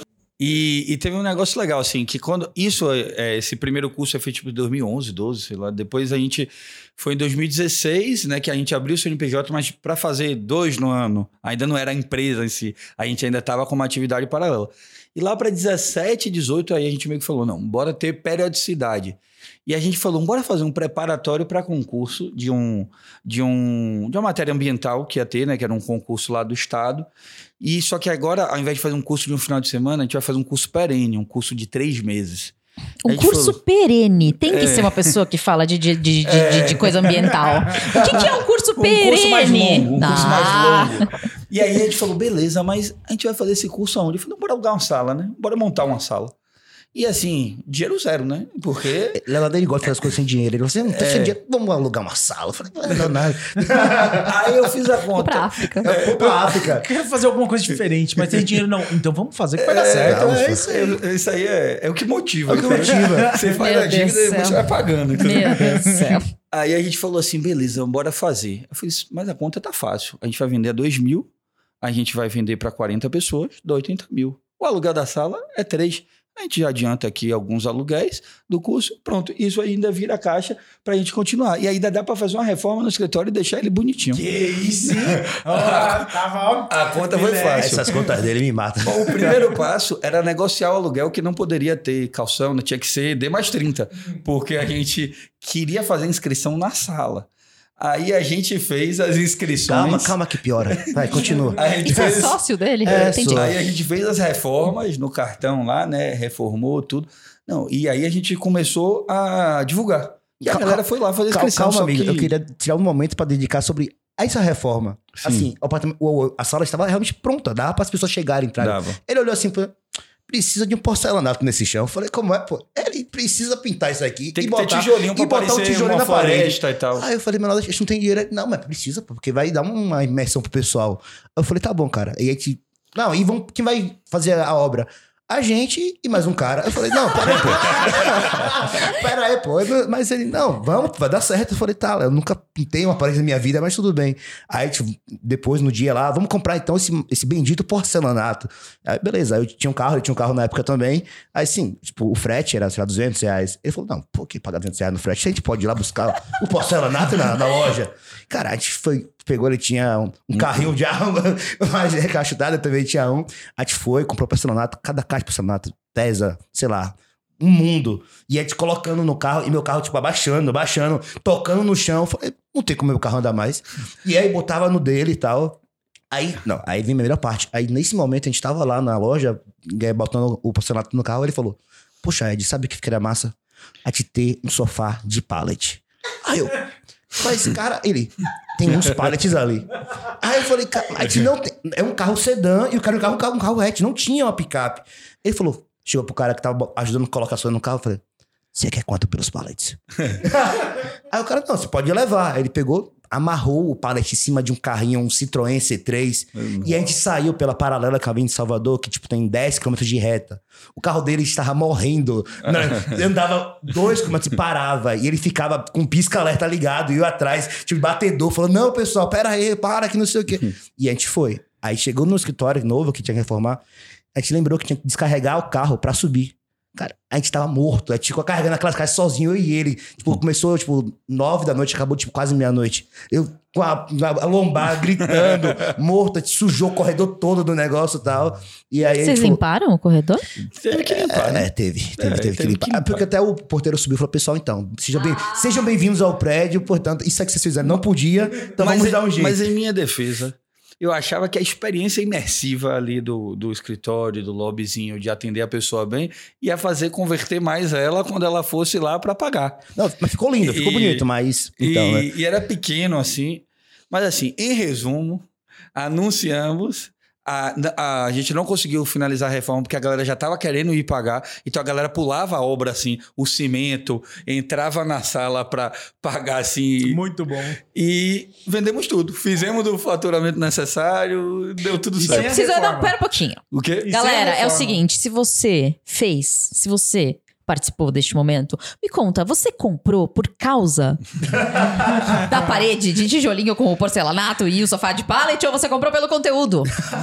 E, e teve um negócio legal, assim, que quando... Isso, é, esse primeiro curso é feito tipo em dois mil e onze, doze, sei lá. Depois a gente... Foi em dois mil e dezesseis, né? Que a gente abriu o C N P J, mas para fazer dois no ano. Ainda não era a empresa em si. A gente ainda estava com uma atividade paralela. E lá para dezessete, dezoito, aí a gente meio que falou, não, bora ter periodicidade. E a gente falou, bora fazer um preparatório para concurso de, um, de, um, de uma matéria ambiental que ia ter, né? Que era um concurso lá do estado. E só que agora, ao invés de fazer um curso de um final de semana, a gente vai fazer um curso perene, um curso de três meses. A Um gente curso falou- perene. Tem que É. ser uma pessoa que fala de, de, de, de, de- de coisa ambiental. O que, que é um curso Um perene? curso mais longo, um curso Ah. mais longo. E aí a gente falou, beleza, mas a gente vai fazer esse curso aonde? Eu falei, bora alugar uma sala, né? Bora montar uma sala. E assim, dinheiro zero, né? Porque... Leonardo, ele gosta de fazer as coisas sem dinheiro. Ele falou assim, não tá sem dinheiro, vamos alugar uma sala. Eu falei, não, não, não. Aí eu fiz a Vou pra conta. África. Eu vou pra África. Quero fazer alguma coisa diferente, mas tem dinheiro não. Então vamos fazer que vai dar certo. não, É isso aí. É, isso aí é, é o que motiva. É o que motiva. Você faz Meu a dívida Deus e do você céu. vai pagando. entendeu? Meu Deus do céu. Aí a gente falou assim, beleza, bora fazer. Eu falei, mas a conta tá fácil. A gente vai vender a dois mil, a gente vai vender para quarenta pessoas, dá oitenta mil. O aluguel da sala é três. A gente já adianta aqui alguns aluguéis do curso, pronto. Isso ainda vira caixa pra gente continuar. E ainda dá pra fazer uma reforma no escritório e deixar ele bonitinho. Que isso, hein? Ó, tava, ó. A conta foi É, fácil. Essas contas dele me matam. Bom, o primeiro passo era negociar o aluguel que não poderia ter calção, né? Tinha que ser D mais trinta, porque a gente queria fazer inscrição na sala. Aí a gente fez as inscrições. Calma, calma que piora. Vai, continua. A gente Isso é fez... sócio dele? É, Entendi. sou. Aí a gente fez as reformas no cartão lá, né? Reformou tudo. Não, e aí a gente começou a divulgar. E a Calma, galera foi lá fazer a Calma, inscrição. calma só amigo. que... Eu queria tirar um momento pra dedicar sobre essa reforma. Sim. Assim, o apartamento, o- a sala estava realmente pronta. Dava para as pessoas chegarem, entrarem. Dava. Ele olhou assim, falou, precisa de um porcelanato nesse chão. Eu falei, como é, pô? Ele precisa pintar isso aqui Tem e que botar, ter tijolinho pra e botar parecer um tijolinho uma na parede. floresta e tal. Aí eu falei, menor, a gente não tem dinheiro. Ele, não, mas precisa, pô, porque vai dar uma imersão pro pessoal. Eu falei, tá bom, cara. E a gente, não, e vamos, quem vai fazer a obra? A gente e mais um cara. Eu falei, não, peraí, pô. Peraí, pô. Mas ele, não, vamos, vai dar certo. Eu falei, tá, eu nunca pintei uma parede na minha vida, mas tudo bem. Aí, tipo, depois, no dia lá, vamos comprar então esse, esse bendito porcelanato. Aí, beleza. Aí eu tinha um carro, ele tinha um carro na época também. Aí, sim, tipo, o frete era, sei lá, duzentos reais. Ele falou, não, pô, que pagar duzentos reais no frete? A gente pode ir lá buscar o porcelanato na, na loja. Cara, a gente foi, pegou, ele tinha um, um carrinho de arma, mais recachutada também tinha um. A gente foi, comprou porcelanato, cada caixa de porcelanato pesa, sei lá, um mundo. E a gente colocando no carro, e meu carro, tipo, abaixando, abaixando, tocando no chão. Eu falei, não tem como meu carro andar mais. E aí botava no dele e tal. Aí, não, aí vem a melhor parte. Aí nesse momento a gente tava lá na loja, eh, botando o porcelanato no carro, ele falou, poxa, Ed, sabe o que ficaria massa? A gente ter um sofá de pallet. Aí eu, mas cara, ele, tem uns pallets ali. Aí eu falei, cara, a gente não tem, é um carro sedã e o cara é um carro, um carro, um carro hatch, não tinha uma picape. Ele falou, chegou pro cara que tava ajudando a colocar as coisas no carro, eu falei, você quer quanto pelos pallets? Aí o cara, não, você pode levar. Aí ele pegou, amarrou o pallet em cima de um carrinho, um Citroën C três, uhum. E a gente saiu pela paralela que vinha de Salvador, que tipo tem dez quilômetros de reta. O carro dele estava morrendo, né? Andava dois quilômetros e parava, e ele ficava com pisca-alerta ligado, e eu atrás, tipo, batedor, falou, não, pessoal, pera aí, para que não sei o quê. E a gente foi. Aí chegou no escritório novo, que tinha que reformar, a gente lembrou que tinha que descarregar o carro pra subir. Cara, a gente tava morto. A gente ficou carregando aquelas caixas sozinho, eu e ele. Tipo, começou, tipo, nove da noite, acabou, tipo, quase meia-noite. Eu com a, a lombar gritando, morto. A gente sujou o corredor todo do negócio e tal. E aí Vocês falou, limparam o corredor? Teve que limpar, né? É, teve. Teve, É, teve, teve que limpar. que limpar. Ah, porque até o porteiro subiu e falou, pessoal, então, sejam, bem, sejam bem-vindos ao prédio. Portanto, isso é que vocês fizeram. Não podia, então mas vamos em- dar um jeito. Mas em minha defesa, eu achava que a experiência imersiva ali do, do escritório, do lobbyzinho, de atender a pessoa bem, ia fazer converter mais ela quando ela fosse lá para pagar. Não, mas ficou lindo, ficou E- bonito, mas... Então, e, né? e era pequeno assim, mas assim, em resumo, anunciamos, a, a, a gente não conseguiu finalizar a reforma porque a galera já estava querendo ir pagar, então a galera pulava a obra assim, o cimento, entrava na sala para pagar assim, Muito bom. e vendemos tudo, fizemos o faturamento necessário, deu tudo E Você sem a certo. precisa... reforma? Não, pera um pouquinho. O quê? E Galera, sem a é o reforma? seguinte, se você fez, se você participou deste momento, me conta, você comprou por causa da parede de tijolinho com o porcelanato e o sofá de pallet ou você comprou pelo conteúdo?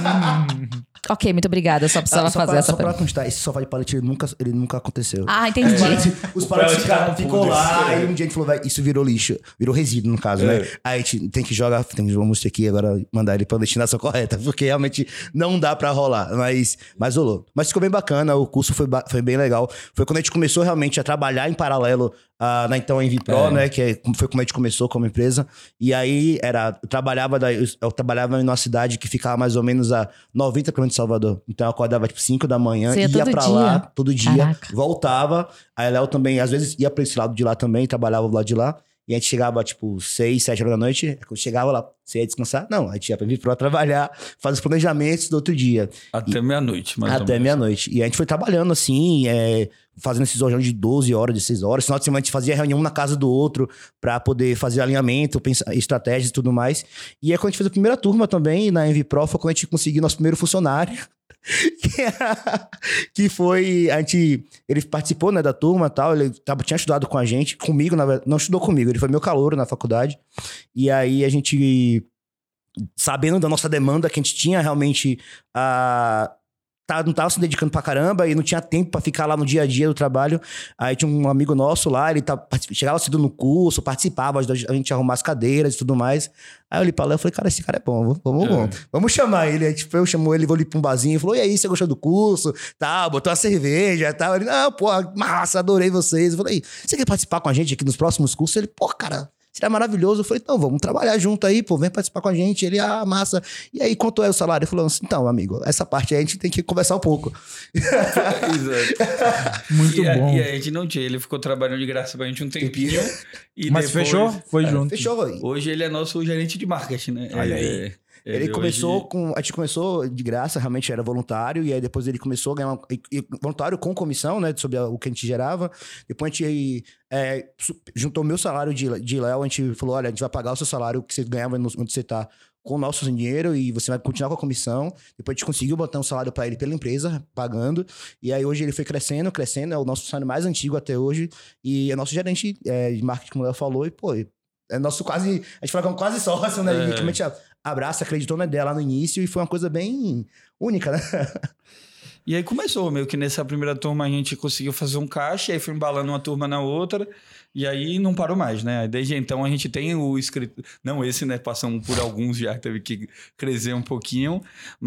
Ok, muito obrigada, só precisava Ah, só fazer pra, essa só pra pergunta. constar, esse sofá de pallet ele nunca, ele nunca aconteceu. Ah, entendi. Os pallets, os pallets pallet ficaram, ficaram ficou podres. lá, e um dia a gente falou, velho, isso virou lixo. Virou resíduo, no caso, né? Aí a gente tem que jogar, tem que vamos ter que agora mandar ele pra destinação correta, porque realmente não dá pra rolar, mas, mas rolou. Mas ficou bem bacana, o curso foi, ba- foi bem legal. Foi quando a gente começou realmente a trabalhar em paralelo ah, na então Envy Pro, É. né? Que é- foi como a gente começou como empresa. E aí era, eu trabalhava, da, eu, eu trabalhava em uma cidade que ficava mais ou menos a noventa quilômetros de Salvador. Então eu acordava tipo cinco da manhã, Você ia ia todo pra dia? lá todo dia, Caraca. voltava. Aí Léo também, às vezes, ia pra esse lado de lá também, trabalhava do lado de lá. E a gente chegava, tipo, seis, sete horas da noite. Quando chegava lá, você ia descansar? Não, a gente ia pra vir pra trabalhar, fazer os planejamentos do outro dia. Até meia-noite, mais ou Até menos. meia-noite. E a gente foi trabalhando assim, é, fazendo esses horários de doze horas, dezesseis horas. Final de semana a gente fazia reunião na casa do outro pra poder fazer alinhamento, pensar, estratégias e tudo mais. E aí quando a gente fez a primeira turma também na Envy Pro, foi quando a gente conseguiu nosso primeiro funcionário. que, era- que foi, a gente, ele participou, né, da turma e tal, ele tava, tinha estudado com a gente, comigo, na verdade, não estudou comigo, ele foi meu calouro na faculdade, e aí a gente, sabendo da nossa demanda, que a gente tinha realmente, a tá, não tava se dedicando pra caramba e não tinha tempo pra ficar lá no dia a dia do trabalho. Aí tinha um amigo nosso lá, ele tá, particip- chegava cedo no curso, participava, ajudava a gente a arrumar as cadeiras e tudo mais. Aí eu olhei pra lá e falei, cara, esse cara é bom, vamos, vamos, É. vamos, vamos chamar ele. Aí tipo, eu chamou ele, vou ali pra um barzinho, falou, e aí, você gostou do curso? Tá, botou uma cerveja e tal. Ele, não, pô, massa, adorei vocês. Eu falei, você quer participar com a gente aqui nos próximos cursos? Ele, pô, cara, seria maravilhoso. Eu falei, então, vamos trabalhar junto aí, pô, vem participar com a gente. Ele, ah, massa. E aí, quanto é o salário? Ele falou assim, então, amigo, essa parte aí a gente tem que conversar um pouco. Exato. Muito e, a- bom. E a gente não tinha, ele ficou trabalhando de graça pra gente um tempinho. E Mas depois- fechou? Foi junto. Fechou. Hoje ele é nosso gerente de marketing, né? Olha aí. É, Ele começou hoje- com. A gente começou de graça, realmente era voluntário, e aí depois ele começou a ganhar. Uma, e- e voluntário com comissão, né? Sobre a- o que a gente gerava. Depois a gente é, su- juntou o meu salário de, de Léo, a gente falou: olha, a gente vai pagar o seu salário que você ganhava no- onde você tá com o nosso dinheiro e você vai continuar com a comissão. Depois a gente conseguiu botar um salário para ele pela empresa, pagando. E aí hoje ele foi crescendo, crescendo, é o nosso salário mais antigo até hoje. E é nosso gerente é, de marketing, como o Léo falou, e pô. É nosso quase. A gente fala que é um quase sócio, né? É. Ele realmente abraça, acreditou na ideia lá no início e foi uma coisa bem única, né? E aí começou, meio que nessa primeira turma a gente conseguiu fazer um caixa, e aí foi embalando uma turma na outra, e aí não parou mais, né? Aí desde então a gente tem o escrito, não esse, né? Passamos por alguns já, teve que crescer um pouquinho,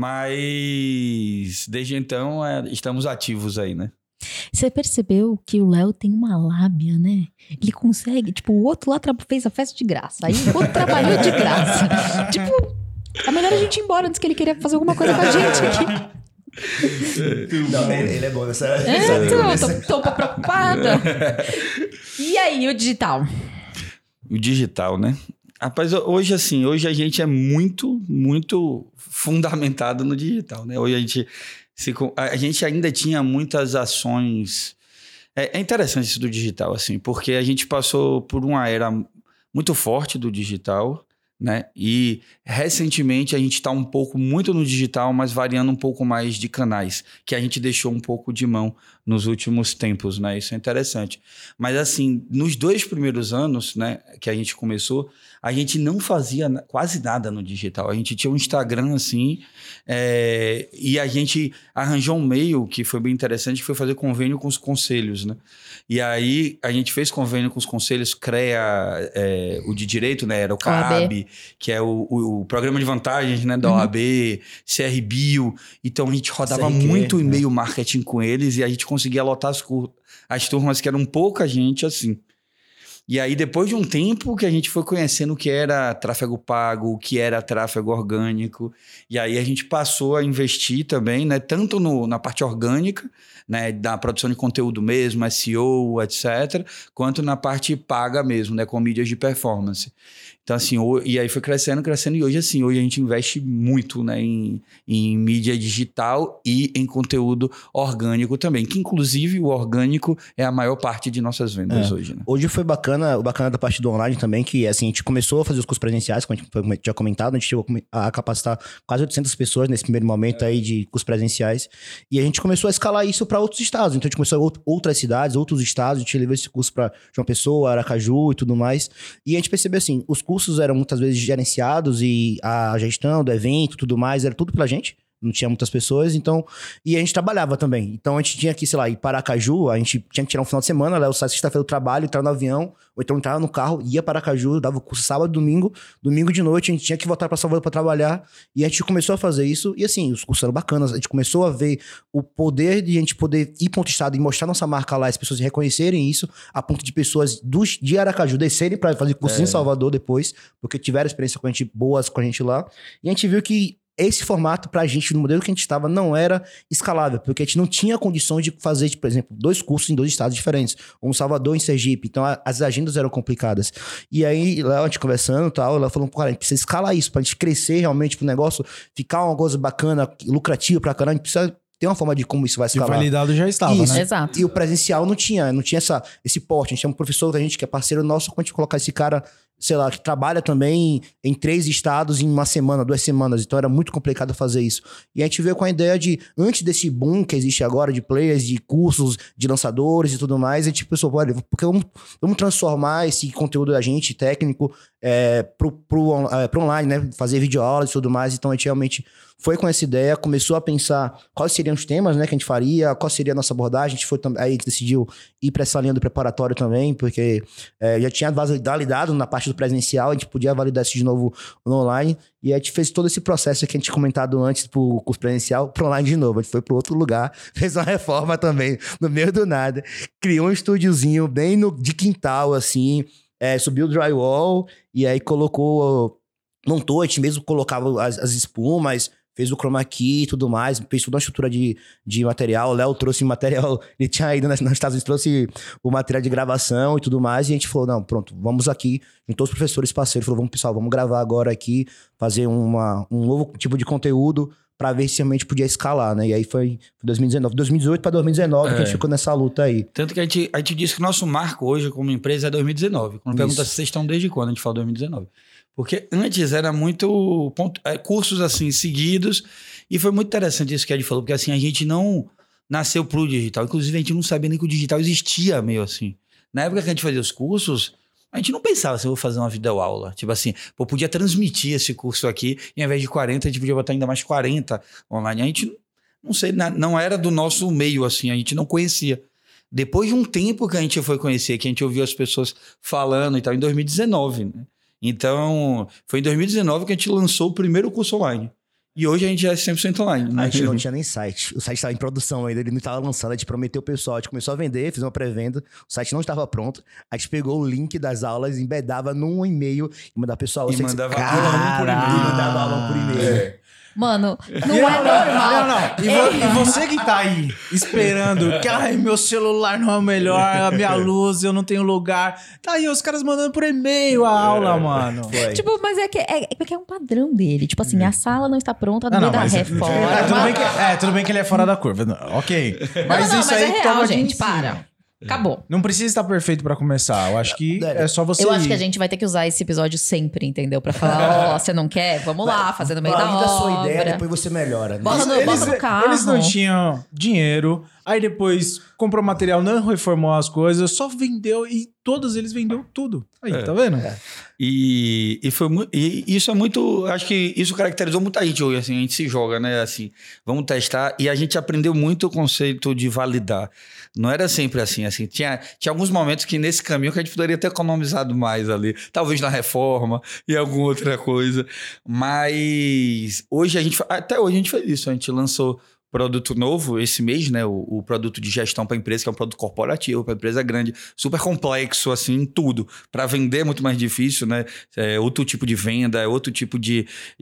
mas desde então é, estamos ativos aí, né? Você percebeu que o Léo tem uma lábia, né? Ele consegue, tipo, o outro lá tra- fez a festa de graça, aí o outro trabalhou de graça. Tipo, é melhor a gente ir embora antes que ele queria fazer alguma coisa com a gente aqui. Não, ele, ele é bom nessa. É, nessa- então, nessa- tô, tô um pouco preocupada. E aí, o digital? O digital, né? Rapaz, hoje assim, hoje a gente é muito, muito fundamentado no digital, né? Hoje a gente, se, co- a gente ainda tinha muitas ações. É, é interessante isso do digital, assim, porque a gente passou por uma era muito forte do digital, né? E recentemente a gente está um pouco muito no digital, mas variando um pouco mais de canais, que a gente deixou um pouco de mão nos últimos tempos, né? Isso é interessante. Mas assim, nos dois primeiros anos, né, que a gente começou, a gente não fazia na- quase nada no digital. A gente tinha um Instagram assim, é, e a gente arranjou um meio que foi bem interessante, que foi fazer convênio com os conselhos, né? E aí a gente fez convênio com os conselhos, CREA, é, o de direito, né? Era o O A B. CAB, que é o, o, o programa de vantagens, né, da Uhum. O A B, C R Bio. Então a gente rodava C R Q, muito né? e-mail marketing com eles e a gente conseguia lotar as, cur- as turmas que eram pouca gente assim. E aí, depois de um tempo que a gente foi conhecendo o que era tráfego pago, o que era tráfego orgânico, e aí a gente passou a investir também, né, tanto no, na parte orgânica, né, da produção de conteúdo mesmo, S E O, etcétera, quanto na parte paga mesmo, né, com mídias de performance. Então, assim, o, e aí foi crescendo, crescendo, e hoje, assim, hoje a gente investe muito, né, em, em mídia digital e em conteúdo orgânico também, que inclusive o orgânico é a maior parte de nossas vendas É. hoje, né? Hoje foi bacana, o bacana da parte do online também, que assim, a gente começou a fazer os cursos presenciais, como a gente foi- como eu tinha comentado, a gente chegou a capacitar quase oitocentas pessoas nesse primeiro momento aí de cursos presenciais, e a gente começou a escalar isso para outros estados, então a gente começou a out- outras cidades, outros estados, a gente levou esse curso para João Pessoa, Aracaju e tudo mais, e a gente percebeu assim, os cursos eram muitas vezes gerenciados e a gestão do evento e tudo mais, era tudo pela gente. Não tinha muitas pessoas, então... E a gente trabalhava também. Então, a gente tinha que, sei lá, ir para Aracaju, a gente tinha que tirar um final de semana, Léo, sexta-feira do trabalho, entrar no avião, ou então entrar no carro, ia para Aracaju, dava o curso sábado, domingo, domingo de noite, a gente tinha que voltar para Salvador para trabalhar, e a gente começou a fazer isso, e assim, os cursos eram bacanas, a gente começou a ver o poder de a gente poder ir para outro estado e mostrar nossa marca lá, as pessoas reconhecerem isso, a ponto de pessoas dos, de Aracaju descerem para fazer cursos É. em Salvador depois, porque tiveram experiência com a gente, boas com a gente lá, e a gente viu que esse formato pra gente, no modelo que a gente estava, não era escalável, porque a gente não tinha condições de fazer, tipo, por exemplo, dois cursos em dois estados diferentes, um em Salvador e em Sergipe, então a, as agendas eram complicadas. E aí, Léo, a gente conversando e tal, ela falou, cara, a gente precisa escalar isso, pra gente crescer realmente pro negócio, ficar uma coisa bacana, lucrativa pra caramba, a gente precisa ter uma forma de como isso vai E escalar. validado já estava, Isso. né? Exato. E o presencial não tinha, não tinha essa, esse porte. A gente tem um professor da gente que é parceiro nosso, quando a gente colocar esse cara, sei lá, que trabalha também em três estados em uma semana, duas semanas. Então era muito complicado fazer isso. E a gente veio com a ideia de, antes desse boom que existe agora de players, de cursos, de lançadores e tudo mais, a gente pensou, olha, porque vamos, vamos transformar esse conteúdo da gente, técnico, é, pro, pro, é, pro online, né? Fazer videoaulas e tudo mais. Então a gente realmente foi com essa ideia, começou a pensar quais seriam os temas, né, que a gente faria, qual seria a nossa abordagem. A gente foi também, aí a gente decidiu ir para essa linha do preparatório também, porque é, já tinha validado na parte do presencial, a gente podia validar isso de novo no online, e a gente fez todo esse processo que a gente tinha comentado antes pro curso presencial, pro online de novo. A gente foi para outro lugar, fez uma reforma também, no meio do nada, criou um estúdiozinho bem no, de quintal, assim, é, subiu o drywall, e aí colocou, montou, a gente mesmo colocava as, as espumas, fez o chroma key e tudo mais, fez toda uma estrutura de, de material. O Léo trouxe material, ele tinha ido nos Estados Unidos, trouxe o material de gravação e tudo mais, e a gente falou, não, pronto, vamos aqui, juntou os professores parceiros, falou, vamos, pessoal, vamos gravar agora aqui, fazer uma, um novo tipo de conteúdo pra ver se realmente podia escalar, né? E aí foi dois mil e dezenove, dois mil e dezoito pra dois mil e dezenove É. que a gente ficou nessa luta aí. Tanto que a gente, a gente disse que o nosso marco hoje como empresa é dois mil e dezenove. Quando Isso. pergunta se vocês estão desde quando, a gente fala dois mil e dezenove. Porque antes era muito ponto, é, cursos assim seguidos, e foi muito interessante isso que a gente falou, porque assim, a gente não nasceu pro digital. Inclusive, a gente não sabia nem que o digital existia meio assim. Na época que a gente fazia os cursos, a gente não pensava assim, eu vou fazer uma videoaula. Tipo assim, pô, podia transmitir esse curso aqui, e ao invés de quarenta, a gente podia botar ainda mais quarenta online. A gente, não sei, não era do nosso meio assim, a gente não conhecia. Depois de um tempo que a gente foi conhecer, que a gente ouviu as pessoas falando e tal, em dois mil e dezenove, né? Então, foi em dois mil e dezenove que a gente lançou o primeiro curso online. E hoje a gente já é cem por cento online. Né? A gente não tinha nem site. O site estava em produção ainda, ele não estava lançando, a gente prometeu o pessoal, a gente começou a vender, fez uma pré-venda, o site não estava pronto, a gente pegou o link das aulas, embedava num e-mail e mandava pessoal... E você- mandava Caralho, aula um por e-mail. e mandava aula um por e-mail. É. Mano, não é normal. Não, não. E, vo- e você que tá aí esperando que ai, meu celular não é o melhor, a minha luz, eu não tenho lugar. Tá aí os caras mandando por e-mail a aula, mano. Foi. Tipo, mas é que é, é porque é um padrão dele. Tipo assim, a sala não está pronta no Não, meio não, da mas, reforma. é, tudo bem que, é, tudo bem que ele é fora da curva. Não, ok. Mas não, não, isso mas aí é real, toma de gente. ensino. Para. Acabou. Não precisa estar perfeito pra começar. Eu acho que é só você Eu acho ir. que a gente vai ter que usar esse episódio sempre, entendeu? Pra falar, ó, você não quer? Vamos lá, fazer no meio da Valida a sua obra. ideia, depois você melhora. né? Bota no, Eles, bota no carro. eles não tinham dinheiro, aí depois comprou material, não reformou as coisas, só vendeu e todos eles vendeu tudo. Aí, É. tá vendo? E, e, foi, mu- e isso é muito... Acho que isso caracterizou muita gente hoje, assim. A gente se joga, né? Assim, vamos testar. E a gente aprendeu muito o conceito de validar. Não era sempre assim, assim. Tinha, tinha alguns momentos que nesse caminho que a gente poderia ter economizado mais ali. Talvez na reforma e alguma outra coisa. Mas hoje a gente... Até hoje a gente fez isso. A gente lançou produto novo esse mês, né? O, o produto de gestão para empresa, que é um produto corporativo, para empresa grande, super complexo, assim, tudo. Para vender é muito mais difícil, né? É outro tipo de venda, é outro tipo de,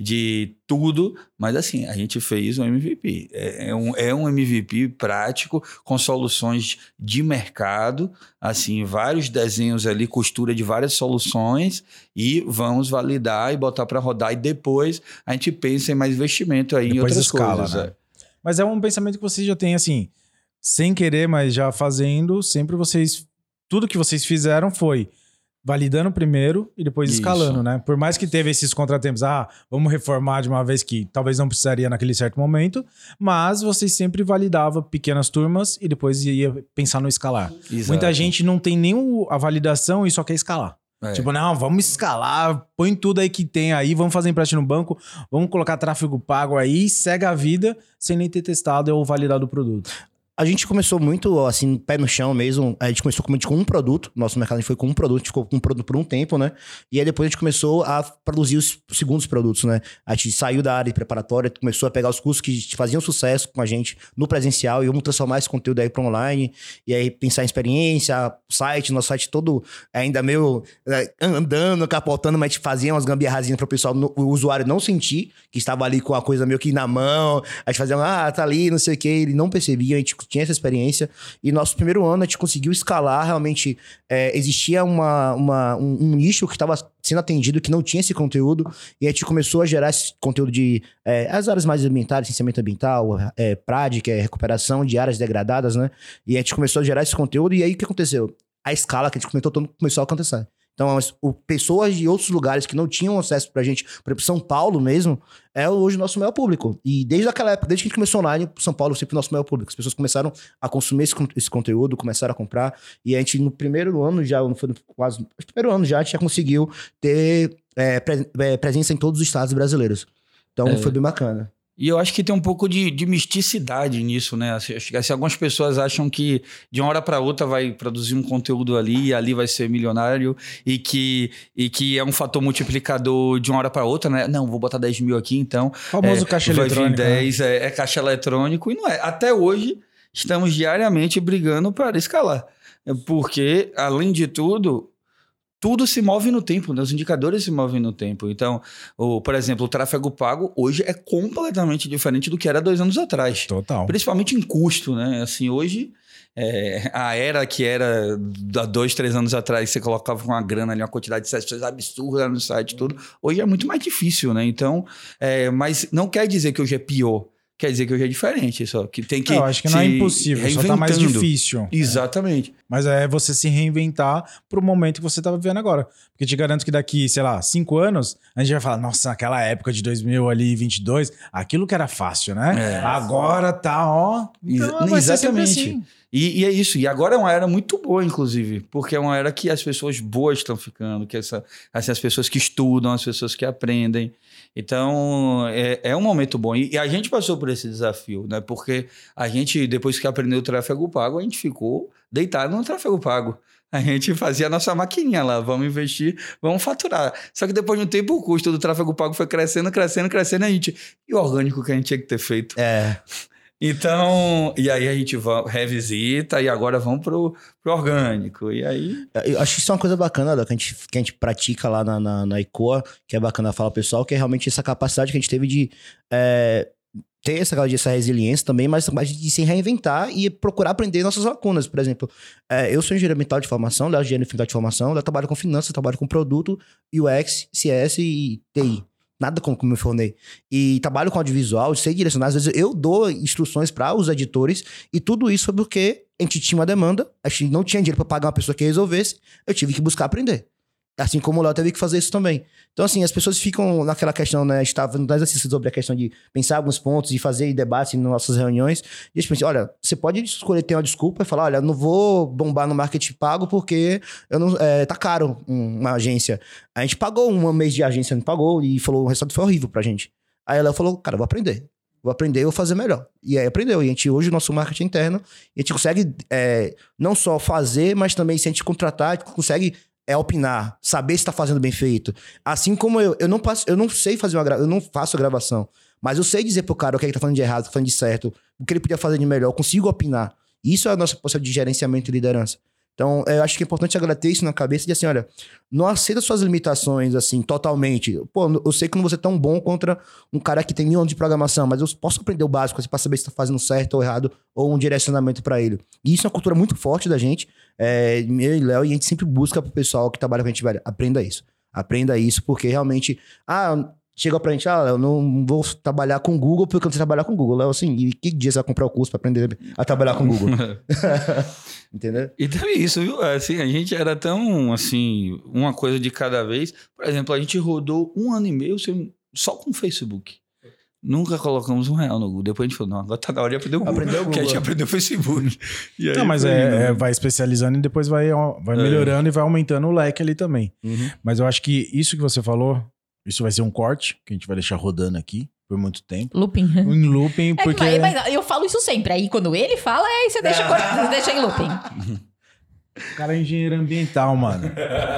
de tudo. Mas, assim, a gente fez um M V P. É, é, um, é um M V P prático, com soluções de mercado, assim, vários desenhos ali, costura de várias soluções, e vamos validar e botar para rodar. E depois a gente pensa em mais investimento aí Depois em outras escala, coisas. né? É. Mas é um pensamento que vocês já têm, assim, sem querer, mas já fazendo, sempre vocês... Tudo que vocês fizeram foi validando primeiro e depois Isso. escalando, né? Por mais que teve esses contratempos, ah, vamos reformar de uma vez que talvez não precisaria naquele certo momento, mas vocês sempre validavam pequenas turmas e depois ia pensar no escalar. Exato. Muita gente não tem nem o- a validação e só quer escalar. É. Tipo, não, vamos escalar, põe tudo aí que tem aí, vamos fazer empréstimo no banco, vamos colocar tráfego pago aí, segue a vida, sem nem ter testado ou validado o produto. A gente começou muito, assim, pé no chão mesmo. A gente começou com com um produto. Nosso mercado a gente foi com um produto, a gente ficou com um produto por um tempo, né? E aí depois a gente começou a produzir os segundos produtos, né? A gente saiu da área preparatória, começou a pegar os cursos que faziam sucesso com a gente no presencial e vamos transformar esse conteúdo aí para online. E aí pensar em experiência, site, nosso site todo ainda meio é, andando, capotando, mas a gente fazia umas gambiarrazinhas para o pessoal, no, o usuário não sentir que estava ali com a coisa meio que na mão. A gente fazia, ah, tá ali, não sei o que. Ele não percebia, a gente tinha essa experiência. E nosso primeiro ano a gente conseguiu escalar, realmente é, existia uma, uma, um, um nicho que estava sendo atendido, que não tinha esse conteúdo, e a gente começou a gerar esse conteúdo de é, as áreas mais ambientais, licenciamento ambiental, é, P R A D, que é recuperação de áreas degradadas, né? E a gente começou a gerar esse conteúdo, e aí o que aconteceu? A escala que a gente comentou todo começou a acontecer. Então, as, o, pessoas de outros lugares que não tinham acesso pra gente, por exemplo, São Paulo mesmo, é hoje o nosso maior público. E desde aquela época, desde que a gente começou online, São Paulo é sempre o nosso maior público. As pessoas começaram a consumir esse, esse conteúdo, começaram a comprar. E a gente, no primeiro ano já, não foi no, quase no primeiro ano já, a gente já conseguiu ter é, pre, é, presença em todos os estados brasileiros. Então, é. foi bem bacana. E eu acho que tem um pouco de, de misticidade nisso, né? Assim, acho que assim, algumas pessoas acham que de uma hora para outra vai produzir um conteúdo ali e ali vai ser milionário e que, e que é um fator multiplicador de uma hora para outra, né? Não, vou botar dez mil aqui, então... O famoso é, caixa vai eletrônico. Vir dez, né? é, é caixa eletrônico e não é. Até hoje, estamos diariamente brigando para escalar. Porque, além de tudo... Tudo se move no tempo, né? Os indicadores se movem no tempo. Então, o, por exemplo, o tráfego pago hoje é completamente diferente do que era dois anos atrás. Total. Principalmente em custo, né? Assim, hoje, é, a era que era há dois, três anos atrás, você colocava uma grana ali, uma quantidade de sessões absurda no site, tudo. Hoje é muito mais difícil, né? Então, é, mas não quer dizer que hoje é pior. Quer dizer que hoje é diferente, só que tem que Eu acho que não é impossível, só tá mais difícil. Exatamente. Mas é você se reinventar pro momento que você tá vivendo agora. Porque te garanto que daqui, sei lá, cinco anos, a gente vai falar, nossa, naquela época de dois mil ali, vinte e dois, aquilo que era fácil, né? É. Agora tá, ó... Então Exa- vai ser sempre exatamente. assim. E, e é isso. E agora é uma era muito boa, inclusive. Porque é uma era que as pessoas boas estão ficando. Que essa, assim, as pessoas que estudam, as pessoas que aprendem. Então, é, é um momento bom. E, e a gente passou por esse desafio, né? Porque a gente, depois que aprendeu o tráfego pago, a gente ficou deitado no tráfego pago. A gente fazia a nossa maquininha lá, vamos investir, vamos faturar. Só que depois de um tempo, o custo do tráfego pago foi crescendo, crescendo, crescendo. E a gente... E o orgânico que a gente tinha que ter feito? É... Então, e aí a gente vai, revisita e agora vamos pro, pro orgânico. E aí... Eu acho que isso é uma coisa bacana, que a gente, que a gente pratica lá na, na, na ICOA, que é bacana falar ao pessoal, que é realmente essa capacidade que a gente teve de é, ter essa, essa resiliência também, mas de se reinventar e procurar aprender nossas lacunas. Por exemplo, é, eu sou engenheiro ambiental de formação, Léo, engenheiro ambiental de formação, eu trabalho com finanças, trabalho com produto, U X, C S e T I. Nada como, como eu me formei. E trabalho com audiovisual, sei direcionar. Às vezes eu dou instruções para os editores. E tudo isso foi porque a gente tinha uma demanda. A gente não tinha dinheiro para pagar uma pessoa que resolvesse. Eu tive que buscar aprender. Assim como o Léo teve que fazer isso também. Então, assim, as pessoas ficam naquela questão, né? A gente estava fazendo exercícios sobre a questão de pensar alguns pontos e fazer debates nas nossas reuniões. E a gente pensa, olha, você pode escolher ter uma desculpa e falar, olha, não vou bombar no marketing pago porque eu não, é, tá caro uma agência. A gente pagou um mês de agência, não pagou e falou, o resultado foi horrível pra gente. Aí ela falou, cara, eu vou aprender. Vou aprender e vou fazer melhor. E aí aprendeu. E a gente, hoje, o nosso marketing interno, a gente consegue é, não só fazer, mas também se a gente contratar, a gente consegue... é opinar, saber se tá fazendo bem feito. Assim como eu, eu não passo, eu não sei fazer uma gravação, eu não faço gravação, Mas eu sei dizer pro cara o que ele tá falando de errado, o que tá falando de certo, o que ele podia fazer de melhor, eu consigo opinar. Isso é a nossa possibilidade de gerenciamento e liderança. Então, eu acho que é importante agora ter isso na cabeça de assim, olha, não aceita suas limitações, assim, totalmente. Pô, eu sei que não vou ser tão bom contra um cara que tem mil anos de programação, mas eu posso aprender o básico assim, pra saber se tá fazendo certo ou errado, ou um direcionamento pra ele. E isso é uma cultura muito forte da gente, é, eu e Léo, e a gente sempre busca pro pessoal que trabalha com a gente, velho, aprenda isso. Aprenda isso, porque realmente... Ah, chega pra gente, ah, eu não vou trabalhar com o Google porque eu não sei trabalhar com o Google. Léo, assim, e que dia você vai comprar o curso pra aprender a trabalhar com o Google? Entendeu? E também isso, viu? Assim, a gente era tão, assim, uma coisa de cada vez. Por exemplo, a gente rodou um ano e meio sem, só com o Facebook. Nunca colocamos um real no Google. Depois a gente falou, não, agora tá na hora de aprender o Google. Aprendeu o Google. Porque a gente aprendeu o Facebook. E aí não, mas é, é, vai especializando e depois vai, vai melhorando é. e vai aumentando o leque ali também. Uhum. Mas eu acho que isso que você falou, isso vai ser um corte, que a gente vai deixar rodando aqui por muito tempo. Looping. Em looping, é, porque... Mas, mas eu falo isso sempre. Aí quando ele fala, aí você deixa, você deixa em looping. O cara é engenheiro ambiental, mano.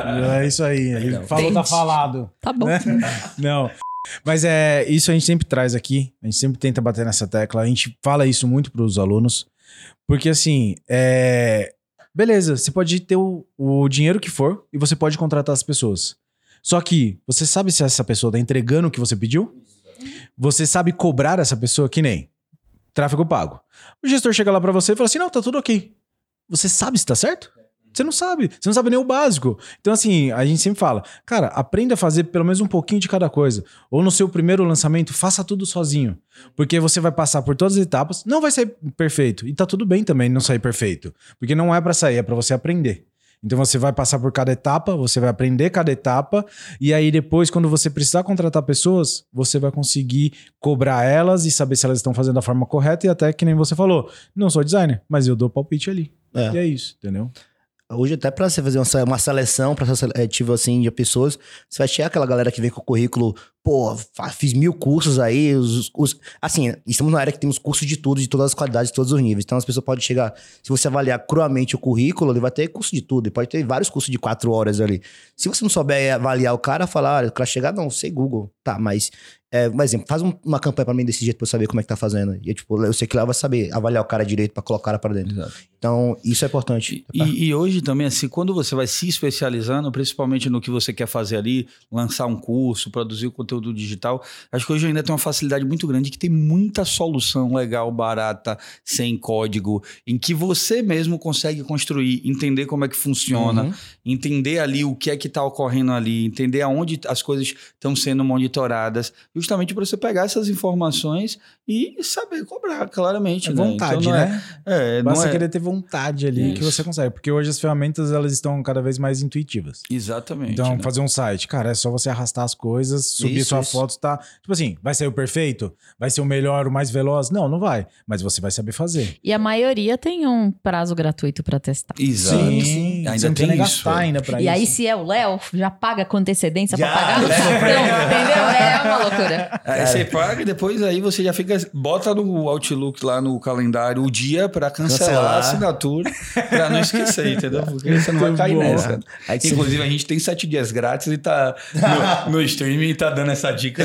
É isso aí. Ele não, falou, tá falado. Tá bom. Né? Não. Mas é isso a gente sempre traz aqui. A gente sempre tenta bater nessa tecla. A gente fala isso muito pros alunos. Porque assim, é... beleza, você pode ter o, o dinheiro que for e você pode contratar as pessoas. Só que você sabe se essa pessoa tá entregando o que você pediu? Você sabe cobrar essa pessoa que nem tráfego pago. O gestor chega lá pra você e fala assim, não, tá tudo ok. Você sabe se tá certo? Você não sabe. Você não sabe nem o básico. Então assim, a gente sempre fala, cara, aprenda a fazer pelo menos um pouquinho de cada coisa. Ou no seu primeiro lançamento, faça tudo sozinho. Porque você vai passar por todas as etapas, não vai sair perfeito. E tá tudo bem também não sair perfeito. Porque não é pra sair, é pra você aprender. Então você vai passar por cada etapa, você vai aprender cada etapa, e aí depois, quando você precisar contratar pessoas, você vai conseguir cobrar elas e saber se elas estão fazendo da forma correta, e até que nem você falou, não sou designer, mas eu dou palpite ali. É. E é isso, entendeu? Hoje até pra você fazer uma, uma seleção, processo seletivo assim de pessoas, você vai chegar aquela galera que vem com o currículo, pô, fiz mil cursos aí, os, os, assim, estamos na área que temos cursos de tudo, de todas as qualidades, de todos os níveis. Então as pessoas podem chegar, se você avaliar cruamente o currículo, ele vai ter curso de tudo, ele pode ter vários cursos de quatro horas ali. Se você não souber avaliar o cara, falar, olha, o cara chegar, não, sei Google, tá, mas... É, um exemplo, faz um, uma campanha pra mim desse jeito pra eu saber como é que tá fazendo. E tipo, eu sei que lá vai saber avaliar o cara direito pra colocar o cara pra dentro. Exato. Então, isso é importante. E, e, e hoje também, assim, quando você vai se especializando, principalmente no que você quer fazer ali, lançar um curso, produzir conteúdo digital, acho que hoje ainda tem uma facilidade muito grande que tem muita solução legal, barata, sem código, em que você mesmo consegue construir, entender como é que funciona, uhum. entender ali o que é que tá ocorrendo ali, entender aonde as coisas estão sendo monitoradas, justamente para você pegar essas informações e saber cobrar, claramente. É né? vontade, então, né? É, é, Basta não é... querer ter vontade ali. Isso. Que você consegue. Porque hoje as ferramentas elas estão cada vez mais intuitivas. Exatamente. Então, né? fazer um site, cara, é só você arrastar as coisas, subir isso, sua isso. foto, tá? Tipo assim, vai ser o perfeito? Vai ser o melhor, o mais veloz? Não, não vai. Mas você vai saber fazer. E a maioria tem um prazo gratuito para testar. Exato. Sim, sim. Ainda tem isso. Gastar ainda pra e isso. aí, se é o Léo, já paga com antecedência para pagar no cartão, entendeu? É uma loucura. Aí você paga e depois aí você já fica, bota no Outlook lá no calendário o dia pra cancelar, cancelar. a assinatura, pra não esquecer, entendeu? Porque você não vai cair bom. nessa. Aí, inclusive, a gente tem sete dias grátis e tá no, no streaming e tá dando essa dica.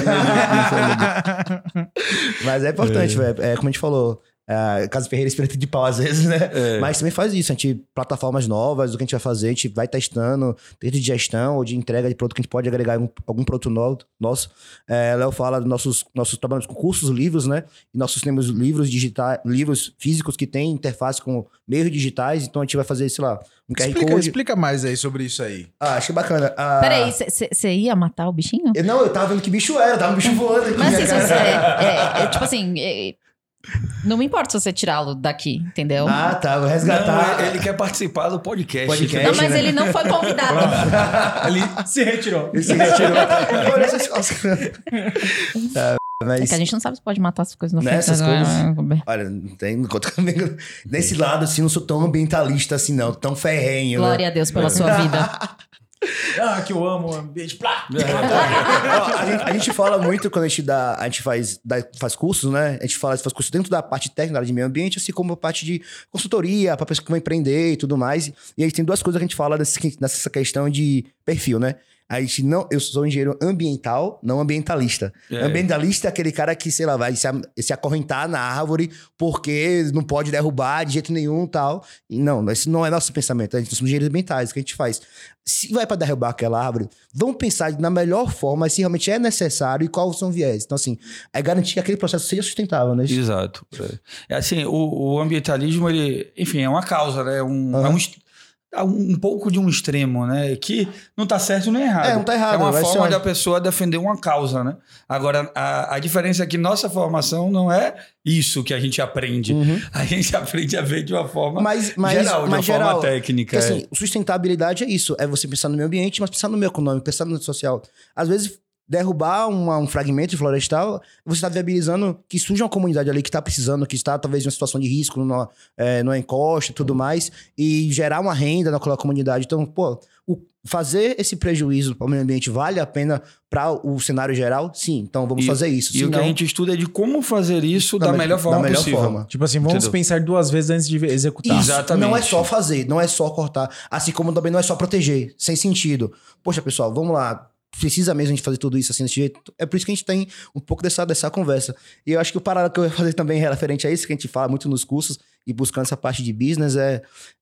Mas é importante, velho. É. é como a gente falou. Uh, Casa Ferreira espírito de pau às vezes, né? É. Mas também faz isso, a gente, plataformas novas, o que a gente vai fazer, a gente vai testando, desde de gestão ou de entrega de produto que a gente pode agregar algum, algum produto novo, nosso. É, Léo fala dos nossos, nossos trabalhos com cursos, livros, né? E nossos temos livros digitais, livros físicos que têm interface com meios digitais, então a gente vai fazer, sei lá, um Q R explica, Code. Explica mais aí sobre isso aí. Ah, achei bacana. Ah, Peraí, você ia matar o bichinho? Eu, não, eu tava vendo que bicho era, tava um bicho voando aqui. Mas assim, se você, é, é, é, tipo assim... É, não me importa se você tirá-lo daqui, entendeu? Ah, tá. Vou resgatar. Não, ele quer participar do podcast. podcast não, mas né? ele não foi convidado. Ele se retirou. Ele se retirou. Olha essas coisas. Tá, mas... É que a gente não sabe se pode matar essas coisas no frente. Nessas coisas... Olha, não tem... Nesse lado, assim, não sou tão ambientalista assim, não. Tão ferrenho. Glória né? a Deus pela sua vida. Ah, que eu amo o ambiente. Plá! Ó, a, gente, a gente fala muito quando a gente dá, a gente faz, dá, faz cursos, né? A gente faz, faz cursos dentro da parte técnica, da área de meio ambiente, assim como a parte de consultoria, para pessoa que vai empreender e tudo mais. E aí tem duas coisas que a gente fala nesse, nessa questão de perfil, né? A gente não, eu sou engenheiro ambiental, não ambientalista. É. Ambientalista é aquele cara que, sei lá, vai se, se acorrentar na árvore porque não pode derrubar de jeito nenhum e tal. E não, esse não é nosso pensamento. A gente somos engenheiros ambientais, o que a gente faz? Se vai para derrubar aquela árvore, vamos pensar na melhor forma, se realmente é necessário e quais são os viés. Então, assim, é garantir que aquele processo seja sustentável, né? Exato. É assim, o, o ambientalismo, ele, enfim, é uma causa, né? Um, Uhum. é um, um pouco de um extremo, né? Que não tá certo nem errado. É, não tá errado, É uma vai forma ser- da pessoa defender uma causa, né? Agora, a, a diferença é que nossa formação não é isso que a gente aprende. Uhum. A gente aprende a ver de uma forma Mas, mas, geral, de mas uma geral, forma técnica. Porque, assim, sustentabilidade é isso. É você pensar no meio ambiente, mas pensar no meio econômico, pensar no social. Às vezes, derrubar uma, um fragmento de florestal, você está viabilizando que surja uma comunidade ali que está precisando, que está talvez em uma situação de risco, numa, é, numa encosta e tudo mais, e gerar uma renda naquela comunidade. Então, pô, o, fazer esse prejuízo para o meio ambiente vale a pena para o cenário geral? Sim, então vamos E- fazer isso. E o que Senão, a gente estuda é de como fazer isso da, Da me- melhor da forma melhor possível. forma. Tipo assim, vamos Entendeu? pensar duas vezes antes de executar. Isso, Exatamente. não é só fazer, não é só cortar. Assim como também não é só proteger, sem sentido. Poxa, pessoal, vamos lá. Precisa mesmo a gente fazer tudo isso assim desse jeito? É por isso que a gente tem um pouco dessa, dessa conversa. E eu acho que o paralelo que eu ia fazer também referente a isso, que a gente fala muito nos cursos e buscando essa parte de business, é,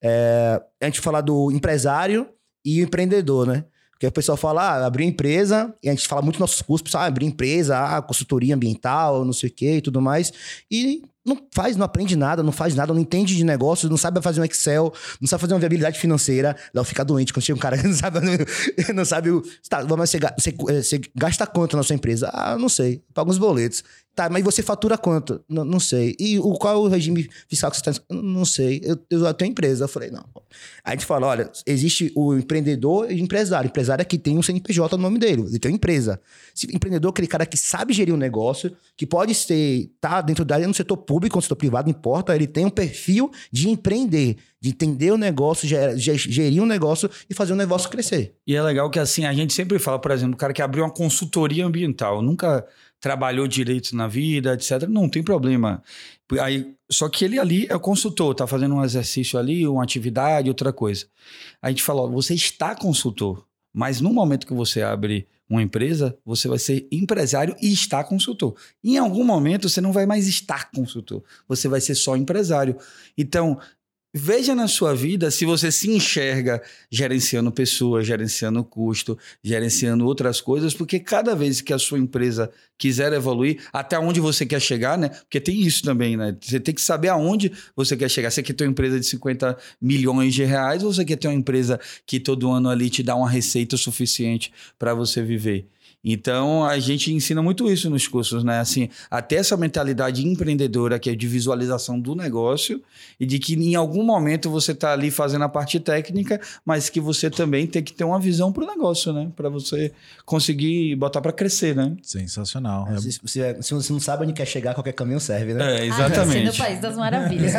é a gente falar do empresário e o empreendedor, né? Porque o pessoal fala, ah, abrir empresa, e a gente fala muito nos nossos cursos, ah, abrir empresa, ah, consultoria ambiental, não sei o quê e tudo mais. E não faz, não aprende nada, não faz nada, não entende de negócio, não sabe fazer um Excel, não sabe fazer uma viabilidade financeira. Léo fica doente quando chega um cara que não sabe, não sabe o... Tá, mas você, ga- você, você gasta quanto na sua empresa? Ah, não sei, paga uns boletos. Tá, mas você fatura quanto? Não, não sei. E o, qual é o regime fiscal que você está... Não sei, eu, eu tenho empresa. Eu falei, não. Aí a gente fala, olha, existe o empreendedor e o empresário. O empresário é que tem um C N P J no nome dele, ele tem uma empresa. Se, empreendedor é aquele cara que sabe gerir um negócio, que pode ser, tá dentro da área no setor público ou no setor privado, não importa, ele tem um perfil de empreender, de entender o negócio, ger- ger- gerir um negócio e fazer o negócio crescer. E é legal que assim, a gente sempre fala, por exemplo, o cara que abriu uma consultoria ambiental, nunca trabalhou direito na vida, etcétera. Não tem problema. Aí, só que ele ali é o consultor, tá fazendo um exercício ali, uma atividade, outra coisa. A gente fala, ó, você está consultor, mas no momento que você abre uma empresa, você vai ser empresário e está consultor. Em algum momento, você não vai mais estar consultor, você vai ser só empresário. Então, veja na sua vida se você se enxerga gerenciando pessoas, gerenciando custo, gerenciando outras coisas, porque cada vez que a sua empresa quiser evoluir, até onde você quer chegar, né? Porque tem isso também, né? Você tem que saber aonde você quer chegar. Você quer ter uma empresa de cinquenta milhões de reais ou você quer ter uma empresa que todo ano ali te dá uma receita suficiente para você viver? Então, a gente ensina muito isso nos cursos, né? Assim, até essa mentalidade empreendedora, que é de visualização do negócio e de que em algum momento você está ali fazendo a parte técnica, mas que você também tem que ter uma visão para o negócio, né? Para você conseguir botar para crescer, né? Sensacional. É- Se, se- se você não sabe onde quer chegar, qualquer caminho serve, né? É, Ah, você exatamente. no País das Maravilhas.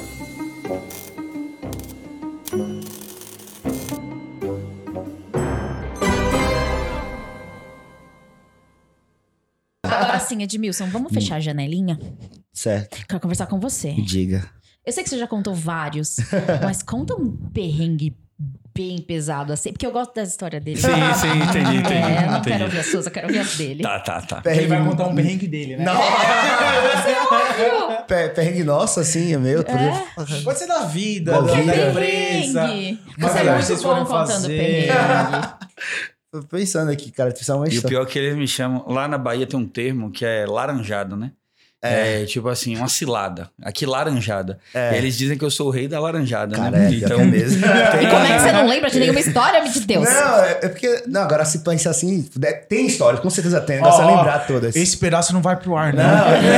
Agora sim, Edmilson, vamos fechar a janelinha? Certo. Quero conversar com você. Diga. Eu sei que você já contou vários, mas conta um perrengue bem pesado assim, porque eu gosto da história dele. Sim, sim, entendi, entendi. É, eu não entendi. quero ouvir as suas, eu quero ouvir as dele. Tá, tá, tá. Ele vai contar um perrengue dele, né? Não. Pe- Perrengue nosso, assim, é meu. tudo- Pode ser da vida, Da da, vida. da empresa. Perrengue. Uma Você é viagem muito vocês bom foram contando fazer. perrengue. Tô pensando aqui, cara, precisar uma E o história. pior é que eles me chamam... Lá na Bahia tem um termo que é laranjado, né? É, tipo assim, uma cilada. Aqui, laranjada. É. E eles dizem que eu sou o rei da laranjada, Cara, né? é, pior que é mesmo. E como é que você não lembra de nenhuma história, meu de Deus? Não, é, é porque... Não, agora se pensa assim, de- tem história, com certeza tem, dá pra Ó, lembrar todas. Esse pedaço não vai pro ar, né?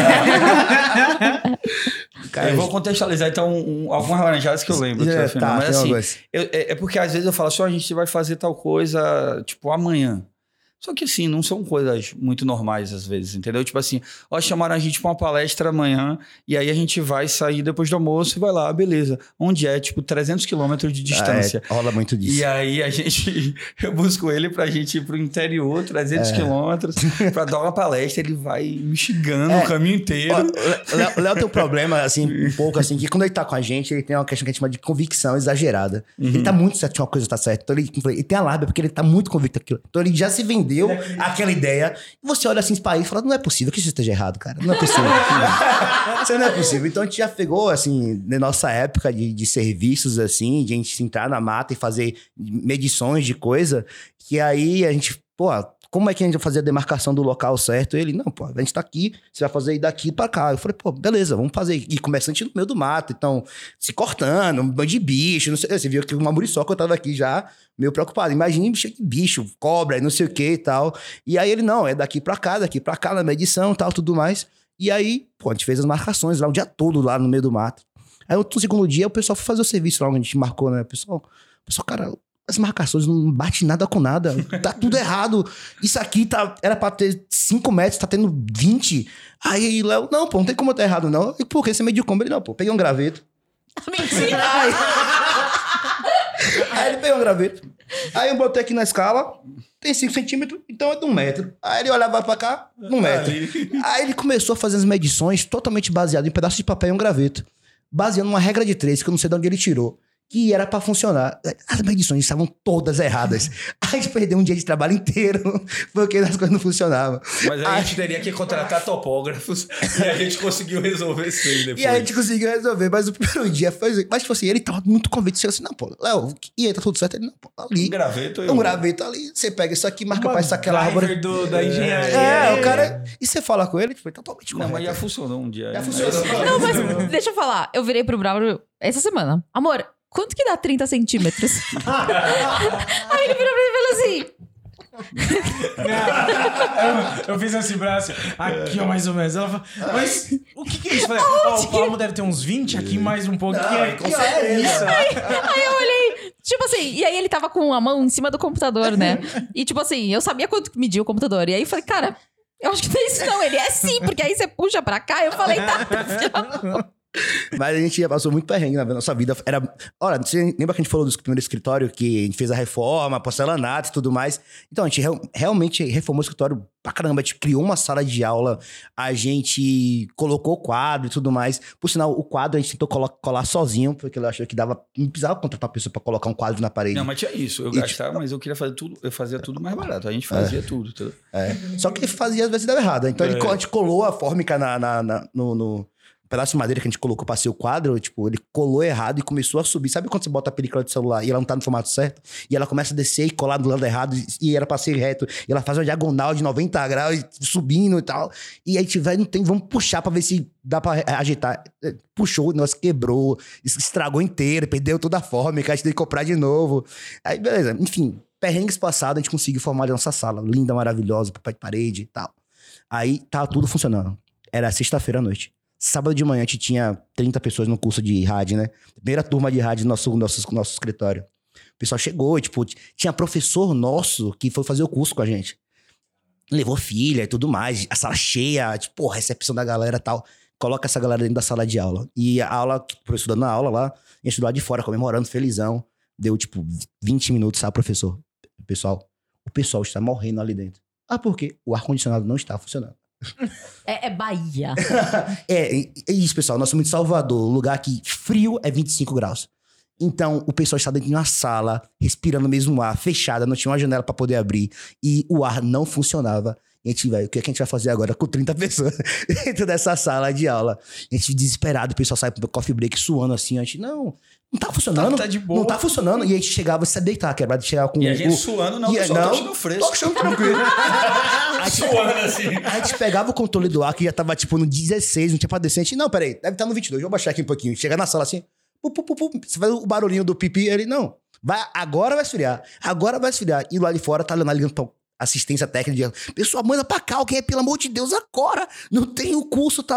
Cara, Eu vou contextualizar, então, um- algumas laranjadas que eu lembro. É, que eu fiz, tá, mas tem assim, algumas. eu- é, é porque às vezes eu falo assim, ó, a gente vai fazer tal coisa, tipo, amanhã. Só que assim, não são coisas muito normais às vezes, entendeu? Tipo assim, ó, chamaram a gente pra uma palestra amanhã e aí a gente vai sair depois do almoço e vai lá, beleza. Onde é, tipo, trezentos quilômetros de distância. Ah, é, rola muito disso. E aí a gente, eu busco ele pra gente ir pro interior, trezentos quilômetros, pra dar uma palestra, ele vai me xingando É. o caminho inteiro. Ó, Léo, Léo tem um problema, assim, um pouco assim, que quando ele tá com a gente, ele tem uma questão que a gente chama de convicção exagerada. Uhum. Ele tá muito certo que uma coisa tá certa. Então ele, como eu falei, ele tem a lábia porque ele tá muito convicto daquilo. Então ele já se vendeu aquela ideia. E você olha assim para aí e fala, não é possível que isso esteja errado, cara. Não é possível. Isso não é possível. Então a gente já pegou, assim, na nossa época de, de serviços, assim, de a gente entrar na mata e fazer medições de coisa, que aí a gente, pô, como é que a gente vai fazer a demarcação do local certo? Ele, não, pô, a gente tá aqui, você vai fazer daqui pra cá. Eu falei, pô, beleza, vamos fazer. E começando no meio do mato, então, se cortando, um bando de bicho, não sei. Você viu que uma muriçoca eu tava aqui já, meio preocupado. Imagina bicho de bicho, cobra, não sei o que e tal. E aí ele, não, é daqui pra cá, daqui pra cá, na medição e tal, tudo mais. E aí, pô, a gente fez as marcações lá o dia todo, lá no meio do mato. Aí no segundo dia, o pessoal foi fazer o serviço lá, onde a gente marcou, né? O pessoal, o pessoal, cara, as marcações não bate nada com nada. Tá tudo errado. Isso aqui tá, era pra ter cinco metros, tá tendo vinte. Aí Léo, não, pô, não tem como tá errado, não. E por que você mediu como? Ele, não, pô, peguei um graveto. Mentira! Aí, aí ele pegou um graveto. Aí eu botei aqui na escala, tem cinco centímetros, então é de um metro. Aí ele olhava pra cá, um metro. Aí ele começou a fazer as medições totalmente baseado em pedaços de papel e um graveto. Baseando numa regra de três, que eu não sei de onde ele tirou. Que era pra funcionar. As medições estavam todas erradas. A gente perdeu um dia de trabalho inteiro porque as coisas não funcionavam. Mas aí a gente teria que contratar topógrafos e a gente conseguiu resolver isso aí depois. E a gente conseguiu resolver, mas o primeiro dia foi... Mas, tipo assim, ele tava muito convicto. Chegou assim, não, pô, Léo, e aí, tá tudo certo? Ele, não, pô, ali. Um graveto. Um graveto ali. Você pega isso aqui, marca Uma pra isso aquela árvore. do, da engenharia. É, o cara... E você fala com ele, foi totalmente Não, correto. mas já funcionou um dia. Já funcionou. Não, mas deixa eu falar. Eu virei pro Braulio essa semana. Amor, quanto que dá trinta centímetros? Aí ele virou pra mim e falou assim... eu, eu fiz esse braço aqui, ó, mais ou menos. Ela falou, mas o que, que é isso? Eu falei, ó, o palmo deve ter uns vinte, aqui mais um pouquinho. Não, Aqui, com ó, é certeza. isso. Aí eu olhei, tipo assim, e aí ele tava com a mão em cima do computador, né? E tipo assim, eu sabia quanto media o computador. E aí eu falei, cara, eu acho que não é isso não. Ele é sim, porque aí você puxa pra cá. Eu falei, tá, tá. Mas a gente já passou muito perrengue na nossa vida. Era... Olha, você lembra que a gente falou do primeiro escritório que a gente fez a reforma, porcelanato e tudo mais? Então, a gente real- realmente reformou o escritório pra caramba. A gente criou uma sala de aula, a gente colocou quadro e tudo mais. Por sinal, o quadro a gente tentou colo- colar sozinho, porque eu achei que dava... Não precisava contratar uma pessoa pra colocar um quadro na parede. Não, mas tinha isso. Eu E gastava, mas eu queria fazer tudo. Eu fazia tudo mais barato. A gente fazia tudo, entendeu? É. Só que ele fazia, às vezes, dava errado. Então, ele- É. a gente colou a fórmica na, na, na- no... no... pedaço de madeira que a gente colocou pra ser o quadro, tipo, ele colou errado e começou a subir. Sabe quando você bota a película de celular e ela não tá no formato certo? E ela começa a descer e colar do lado errado e era pra ser reto. E ela faz uma diagonal de noventa graus, subindo e tal. E aí tiver, não tem, vamos puxar pra ver se dá pra ajeitar. Puxou, o negócio quebrou, estragou inteiro, perdeu toda a fórmica, a gente teve que comprar de novo. Aí, beleza. Enfim, perrengues passados, a gente conseguiu formar a nossa sala. Linda, maravilhosa, papel de parede e tal. Aí, tava tudo funcionando. Era sexta-feira à noite. Sábado de manhã a gente tinha trinta pessoas no curso de rádio, né? Primeira turma de rádio no nosso, nosso, nosso escritório. O pessoal chegou, tipo, tinha professor nosso que foi fazer o curso com a gente. Levou filha e tudo mais, a sala cheia, tipo, porra, recepção da galera e tal. Coloca essa galera dentro da sala de aula. E a aula, o professor dando a aula lá, a gente lá de fora, comemorando, felizão. Deu, tipo, vinte minutos, sabe, professor? Pessoal, o pessoal está morrendo ali dentro. Ah, por quê? O ar-condicionado não está funcionando. É, é Bahia. É, é isso, pessoal. Nós somos de Salvador, lugar que frio é vinte e cinco graus. Então, o pessoal está dentro de uma sala, respirando o mesmo ar, fechada, não tinha uma janela para poder abrir, e o ar não funcionava. E a gente, velho, o que, é que a gente vai fazer agora com trinta pessoas dentro dessa sala de aula? A gente desesperado, o pessoal sai pro coffee break suando assim, a gente, não, não tá funcionando. Tá- tá de boa. Não tá funcionando. E a gente chegava, você sabia que tava quebrado, chegava com E a gente o- suando, não, e- o pessoal tá achando fresco. Tô achando tranquilo. A gente, Suando assim. a gente pegava o controle do ar, que já tava tipo no dezesseis, não tinha pra descer. A gente, não, peraí, deve estar no vinte e dois, vou baixar aqui um pouquinho. Chegar na sala assim, pu, pu, pu, pu, você faz o barulhinho do pipi, ele, não, vai, agora vai esfriar, agora vai esfriar. E lá de fora tá ligando pra assistência técnica, pessoal, manda pra cá, alguém é, pelo amor de Deus, agora, não tem o curso e tal.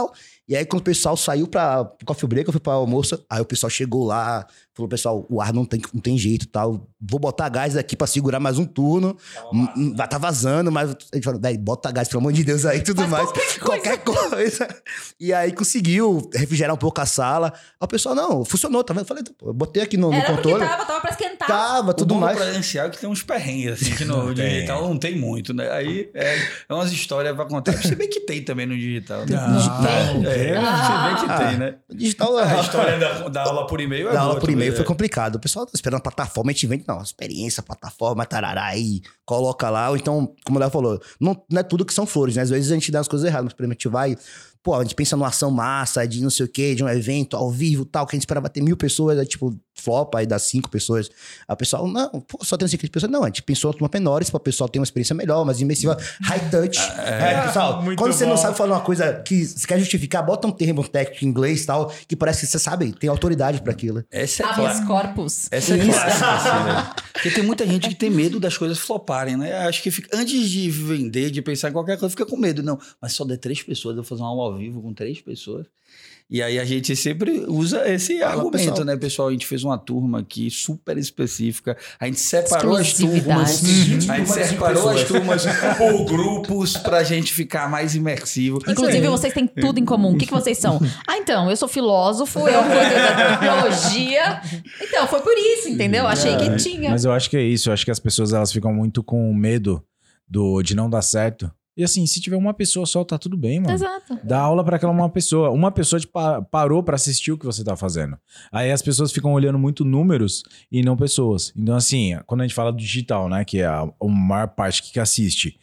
E aí, quando o pessoal saiu pra coffee break, eu fui pra almoço, aí o pessoal chegou lá, falou, pessoal, o ar não tem, não tem jeito e tal, vou botar gás aqui pra segurar mais um turno, vai tá vazando, mas a gente falou, velho, bota gás, pelo amor de Deus, aí tudo Faz mais. qualquer Qualquer coisa. E aí conseguiu refrigerar um pouco a sala. Aí o pessoal, não, funcionou, tá vendo? Eu falei, pô, eu botei aqui no, no Era porque controle. tava, tava pra esquentar. Tava, tudo o bom mais. do presencial é que tem uns perrengues, assim, que no digital não tem muito, né? Aí é, é umas histórias pra contar. Se bem que tem também no digital, né? Não, É, Ah. se bem que tem, né? Digital, A história da, da aula por e-mail é da aula boa por e-mail também, foi é. complicado. O pessoal tá esperando a plataforma, a gente vende, não, experiência, plataforma, tarará, aí coloca lá. Ou então, como o Léo falou, não, não é tudo que são flores, né? Às vezes a gente dá as coisas erradas, mas por exemplo, a gente vai, pô, a gente pensa numa ação massa, de não sei o quê, de um evento ao vivo tal, que a gente esperava ter mil pessoas, aí tipo, flopa, aí dá cinco pessoas. Aí o pessoal, não, pô, só tem cinco pessoas. Não, a gente pensou em turmas menores, para o pessoal ter uma experiência melhor, mais imersiva, high touch. É, pessoal, Muito quando você bom. não sabe falar uma coisa que você quer justificar, bota um termo técnico em inglês e tal, que parece que você sabe, tem autoridade para aquilo. Essa é Habeas clara. corpus. Essa é clássica, assim, né? Porque tem muita gente que tem medo das coisas floparem, né? Acho que fica, antes de vender, de pensar em qualquer coisa, fica com medo. Não, mas só der três pessoas, eu vou fazer uma aula ao vivo com três pessoas. E aí a gente sempre usa esse Fala, argumento, pessoal. né, pessoal? A gente fez uma turma aqui super específica. A gente separou as Exclusividade. turmas. Uhum. A gente Turma de separou as pessoas. turmas por grupos pra gente ficar mais imersivo. Inclusive, vocês têm tudo em comum. O que, que vocês são? Ah, então, eu sou filósofo, eu cuido da tecnologia. Então, foi por isso, entendeu? Achei que tinha. Mas eu acho que é isso. Eu acho que as pessoas elas ficam muito com medo do, de não dar certo. E assim, se tiver uma pessoa só, tá tudo bem, mano. Exato. Dá aula pra aquela uma pessoa. Uma pessoa te pa- parou pra assistir o que você tá fazendo. Aí as pessoas ficam olhando muito números e não pessoas. Então, assim, quando a gente fala do digital, né, que é a, a maior parte que assiste,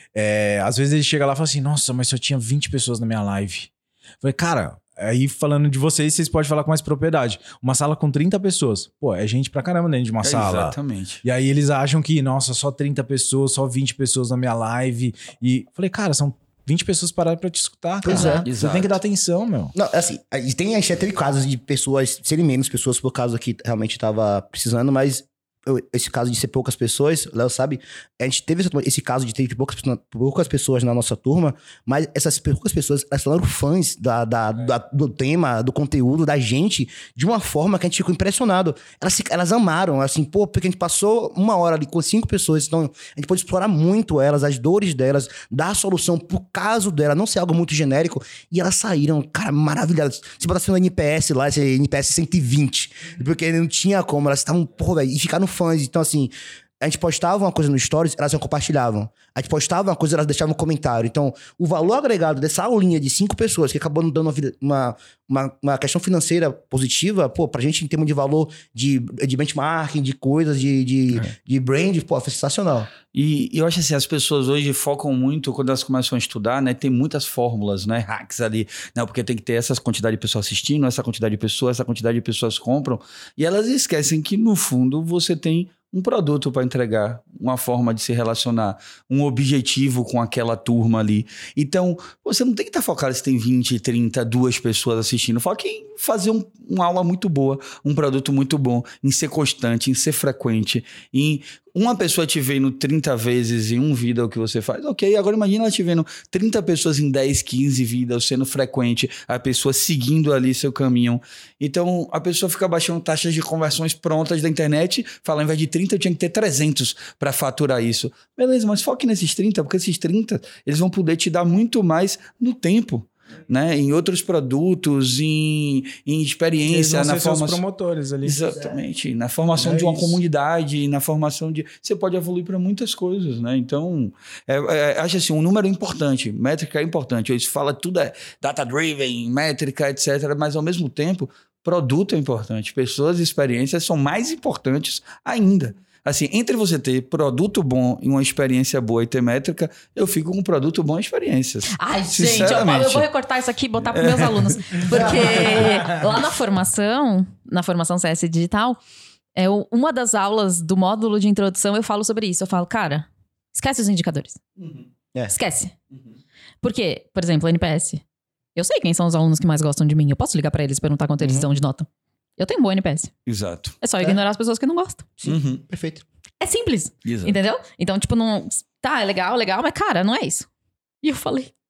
é, às vezes ele chega lá e fala assim: nossa, mas só tinha vinte pessoas na minha live. Eu falei, cara, aí falando de vocês, vocês podem falar com mais propriedade. Uma sala com trinta pessoas. Pô, é gente pra caramba dentro de uma É, sala. Exatamente. E aí eles acham que, nossa, só trinta pessoas, só vinte pessoas na minha live. E falei, cara, são vinte pessoas paradas pra te escutar, cara. Pois é. Você Exato. tem que dar atenção, meu. Não, assim, a gente tem, a gente já teve casos de pessoas serem menos pessoas por causa que realmente tava precisando, mas eu- esse caso de ser poucas pessoas, o Léo sabe, a gente teve esse, esse caso de ter poucas, pessoas- poucas pessoas na nossa turma, mas essas poucas pessoas, elas foram fãs da, da- da- do tema, do conteúdo, da gente, de uma forma que a gente ficou impressionado. Elas, se- elas amaram, assim, pô, porque a gente passou uma hora ali com cinco pessoas, então a gente pôde explorar muito elas, as dores delas, dar a solução pro caso dela, não ser algo muito genérico, e elas saíram, cara, maravilhadas. Se botasse no N P S lá, esse N P S cento e vinte, porque não tinha como, elas estavam, porra, velho, e ficaram fãs. Então, assim, a gente postava uma coisa no Stories, elas não compartilhavam. A gente postava uma coisa, elas deixavam um comentário. Então, o valor agregado dessa aulinha de cinco pessoas, que acabou nos dando uma, vida- uma, uma, uma questão financeira positiva, pô, pra gente, em termos de valor de, de benchmarking, de coisas, de, de, de brand, pô, foi sensacional. E e eu acho assim, as pessoas hoje focam muito, quando elas começam a estudar, né? Tem muitas fórmulas, né? Hacks ali. Não, porque tem que ter essa quantidade de pessoas assistindo, essa quantidade de pessoas, essa quantidade de pessoas compram. E elas esquecem que, no fundo, você tem um produto para entregar, uma forma de se relacionar, um objetivo com aquela turma ali. Então, você não tem que estar focado se tem vinte, trinta, duas pessoas assistindo. Foca em fazer um, uma aula muito boa, um produto muito bom, em ser constante, em ser frequente, em uma pessoa te vendo trinta vezes em um vídeo o que você faz, ok. Agora imagina ela te vendo trinta pessoas em dez, quinze vídeos, sendo frequente, a pessoa seguindo ali seu caminho. Então, a pessoa fica baixando taxas de conversões prontas da internet, fala, ao invés de trinta, eu tinha que ter trezentos para faturar isso. Beleza, mas foque nesses trinta, porque esses trinta, eles vão poder te dar muito mais no tempo. Né? Em outros produtos, em, em experiência, Eles vão na ser seus formação. promotores ali. Exatamente. Na formação É de uma isso. comunidade, na formação de. Você pode evoluir para muitas coisas, né? Então, é, é, acho assim, um número é importante, métrica é importante. Eles falam tudo é data-driven, métrica, etcétera. Mas ao mesmo tempo, produto é importante. Pessoas e experiências são mais importantes ainda. Assim, entre você ter produto bom e uma experiência boa e ter métrica, eu fico com produto bom e experiências. Ai, gente, Sinceramente. eu, eu vou recortar isso aqui e botar para meus alunos. Porque lá na formação, na formação C S Digital, é o- uma das aulas do módulo de introdução eu falo sobre isso. Eu falo, cara, esquece os indicadores. É. Esquece. Por quê? Por exemplo, N P S. Eu sei quem são os alunos que mais gostam de mim. Eu posso ligar para eles e perguntar quanto eles dão de nota. Eu tenho bom N P S. Exato. É só ignorar as pessoas que não gostam. Uhum. Perfeito. É simples. Exato. Entendeu? Então, tipo, não. Tá, é legal, legal, mas, cara, não é isso. E eu falei,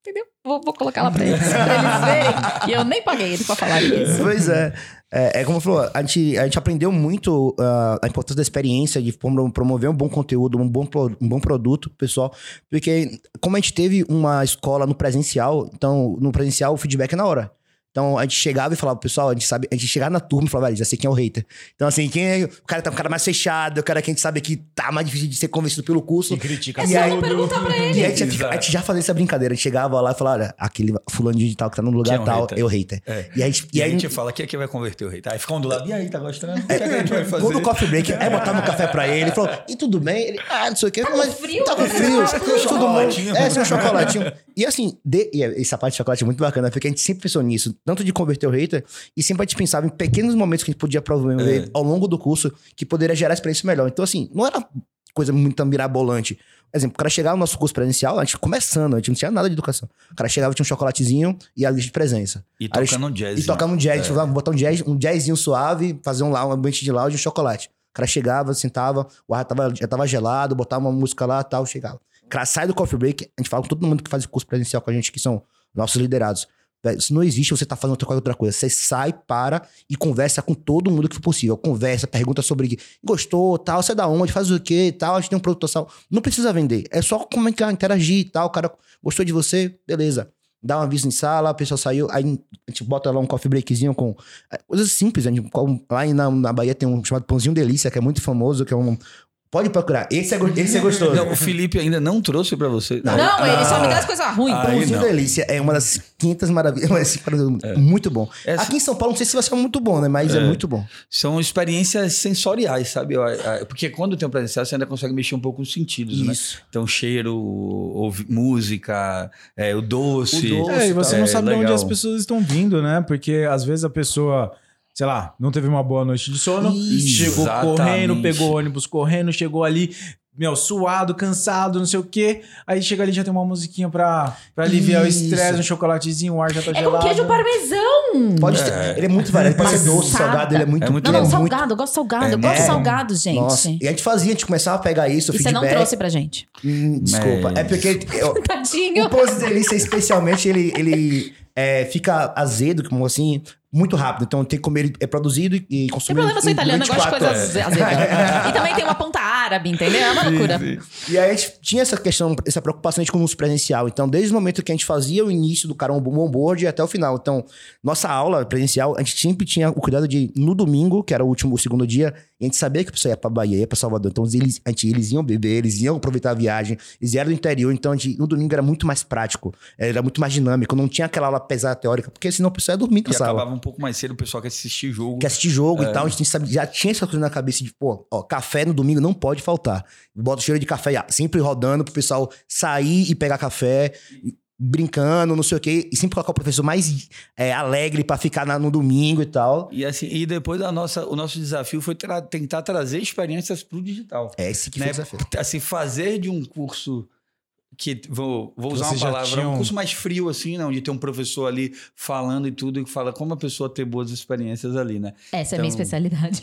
entendeu? Vou, vou colocar lá pra eles, pra eles verem. E eu nem paguei eles pra falar isso. Pois é. É, é como falou, a gente, a gente aprendeu muito uh, a importância da experiência, de promover um bom conteúdo, um bom, um bom produto pro pessoal. Porque como a gente teve uma escola no presencial, então no presencial o feedback é na hora. Então, a gente chegava e falava, pessoal, a gente sabe, a gente chegava na turma e falava, já sei quem é o hater. Então, assim, quem é, o cara tá um cara mais fechado, o cara que a gente sabe que tá mais difícil de ser convencido pelo curso. E critica É tudo. só não perguntar pra ele. E a gente, a gente já fazia essa brincadeira. A gente chegava lá e falava, olha, aquele fulano de tal que tá no lugar Quem é o tal, hater? é o hater. É. E, a gente, E, e a aí, gente fala, quem é que vai converter o rei? Aí fica um do lado, e aí, tá gostando? O que, é que a gente vai fazer? todo coffee break, aí botava um café pra ele, ele falou, e tudo bem? Ele, ah, não sei o que. Tá com frio? Tá com frio. Um Todo mundo, chocolatinho. é, sem um chocolatinho. E assim, de, e essa parte de chocolate é muito bacana, porque a gente sempre pensou nisso, tanto de converter o hater, e sempre a gente pensava em pequenos momentos que a gente podia promover É. ao longo do curso, que poderia gerar experiência melhor. Então assim, não era coisa muito mirabolante. Por exemplo, o cara chegava no nosso curso presencial, a gente começando, a gente não tinha nada de educação. O cara chegava, tinha um chocolatezinho e a lista de presença. E Aí tocando um jazz. E tocava um jazz, É. é. botar um jazz, um jazzinho suave, fazer um, lá, um ambiente de lounge e um chocolate. O cara chegava, sentava, o ar tava, já tava gelado, botava uma música lá e tal, chegava. O cara sai do coffee break, a gente fala com todo mundo que faz curso presencial com a gente, que são nossos liderados. Isso não existe você tá fazendo outra coisa, outra coisa. Você sai, para e conversa com todo mundo que for possível. Conversa, pergunta sobre gostou, tal, você é da onde, faz o quê, tal, a gente tem um produto tal. Não precisa vender. É só comunicar, interagir e tal. O cara gostou de você, beleza. Dá um aviso em sala, a pessoa saiu, aí a gente bota lá um coffee breakzinho com coisas simples. A gente, lá na, na Bahia tem um chamado Pãozinho Delícia, que é muito famoso, que é um... Pode procurar. Esse é, go- esse é gostoso. Não, o Felipe ainda não trouxe pra você. Não, ele só me dá as coisas ruins. Ah, aí Pãozinho não. Delícia é uma das quinhentas maravilhas. Mas, muito bom. Essa- Aqui em São Paulo, não sei se vai ser muito bom, né? Mas é, muito bom. São experiências sensoriais, sabe? Porque quando tem um presencial, você ainda consegue mexer um pouco com os sentidos, né? Isso. Então, cheiro, ouvi- música, é, o doce. O doce. É, e você É, não sabe de onde legal. as pessoas estão vindo, né? Porque às vezes a pessoa, sei lá, não teve uma boa noite de sono, Isso, chegou exatamente. correndo, pegou o ônibus correndo, chegou ali, meu, suado, cansado, não sei o quê. Aí chega ali já tem uma musiquinha pra, pra aliviar Isso. o estresse, um chocolatezinho, o ar já tá É com gelado. queijo parmesão. Pode ter. Ele é muito variado. Pode ser doce, Passada. salgado. Ele é muito... É muito Não, ele não, é salgado. muito- Eu gosto de salgado. É, eu gosto de é. salgado, gente. Nossa. E a gente fazia, a gente começava a pegar isso, o E você não feedback. trouxe pra gente. Hum, desculpa. Mas- É porque... eu- Tadinho. O Pãozinho Delícia, especialmente, ele, ele é, fica azedo, como assim, muito rápido. Então tem que comer ele é produzido e, e Sem consumido. problema, eu sou em italiana, eu gosto de vinte e quatro coisas azedas. E também tem uma ponta árabe, entendeu? É uma loucura. E aí a gente tinha essa questão, essa preocupação com o uso presencial. Então, desde o momento que a gente fazia o início do cara um onboard até o final. Então, nossa aula presencial, a gente sempre tinha o cuidado de, no domingo, que era o último, o segundo dia, a gente sabia que a pessoa ia pra Bahia, ia pra Salvador. Então, eles, a gente, eles iam beber, eles iam aproveitar a viagem, eles eram do interior. Então, a gente, no domingo era muito mais prático, era muito mais dinâmico. Não tinha aquela aula pesada teórica, porque senão a pessoa ia dormir na E sala. acabava um pouco mais cedo, o pessoal que assistir jogo. Que assistir jogo e tal, a gente sabe, já tinha essa coisa na cabeça de, pô, ó, café no domingo não pode faltar. Bota o cheiro de café já, sempre rodando pro pessoal sair e pegar café, brincando, não sei o quê, e sempre colocar o professor mais é, alegre pra ficar na- no domingo e tal. E, assim, e depois da nossa, o nosso desafio foi tra- tentar trazer experiências pro digital. É esse que Né? foi o desafio. Assim, fazer de um curso que, vou, vou usar Vocês uma já palavra, tinham- um curso mais frio, assim, né? Onde tem um professor ali falando e tudo, e que fala como a pessoa ter boas experiências ali, né? Essa é a minha Então- especialidade.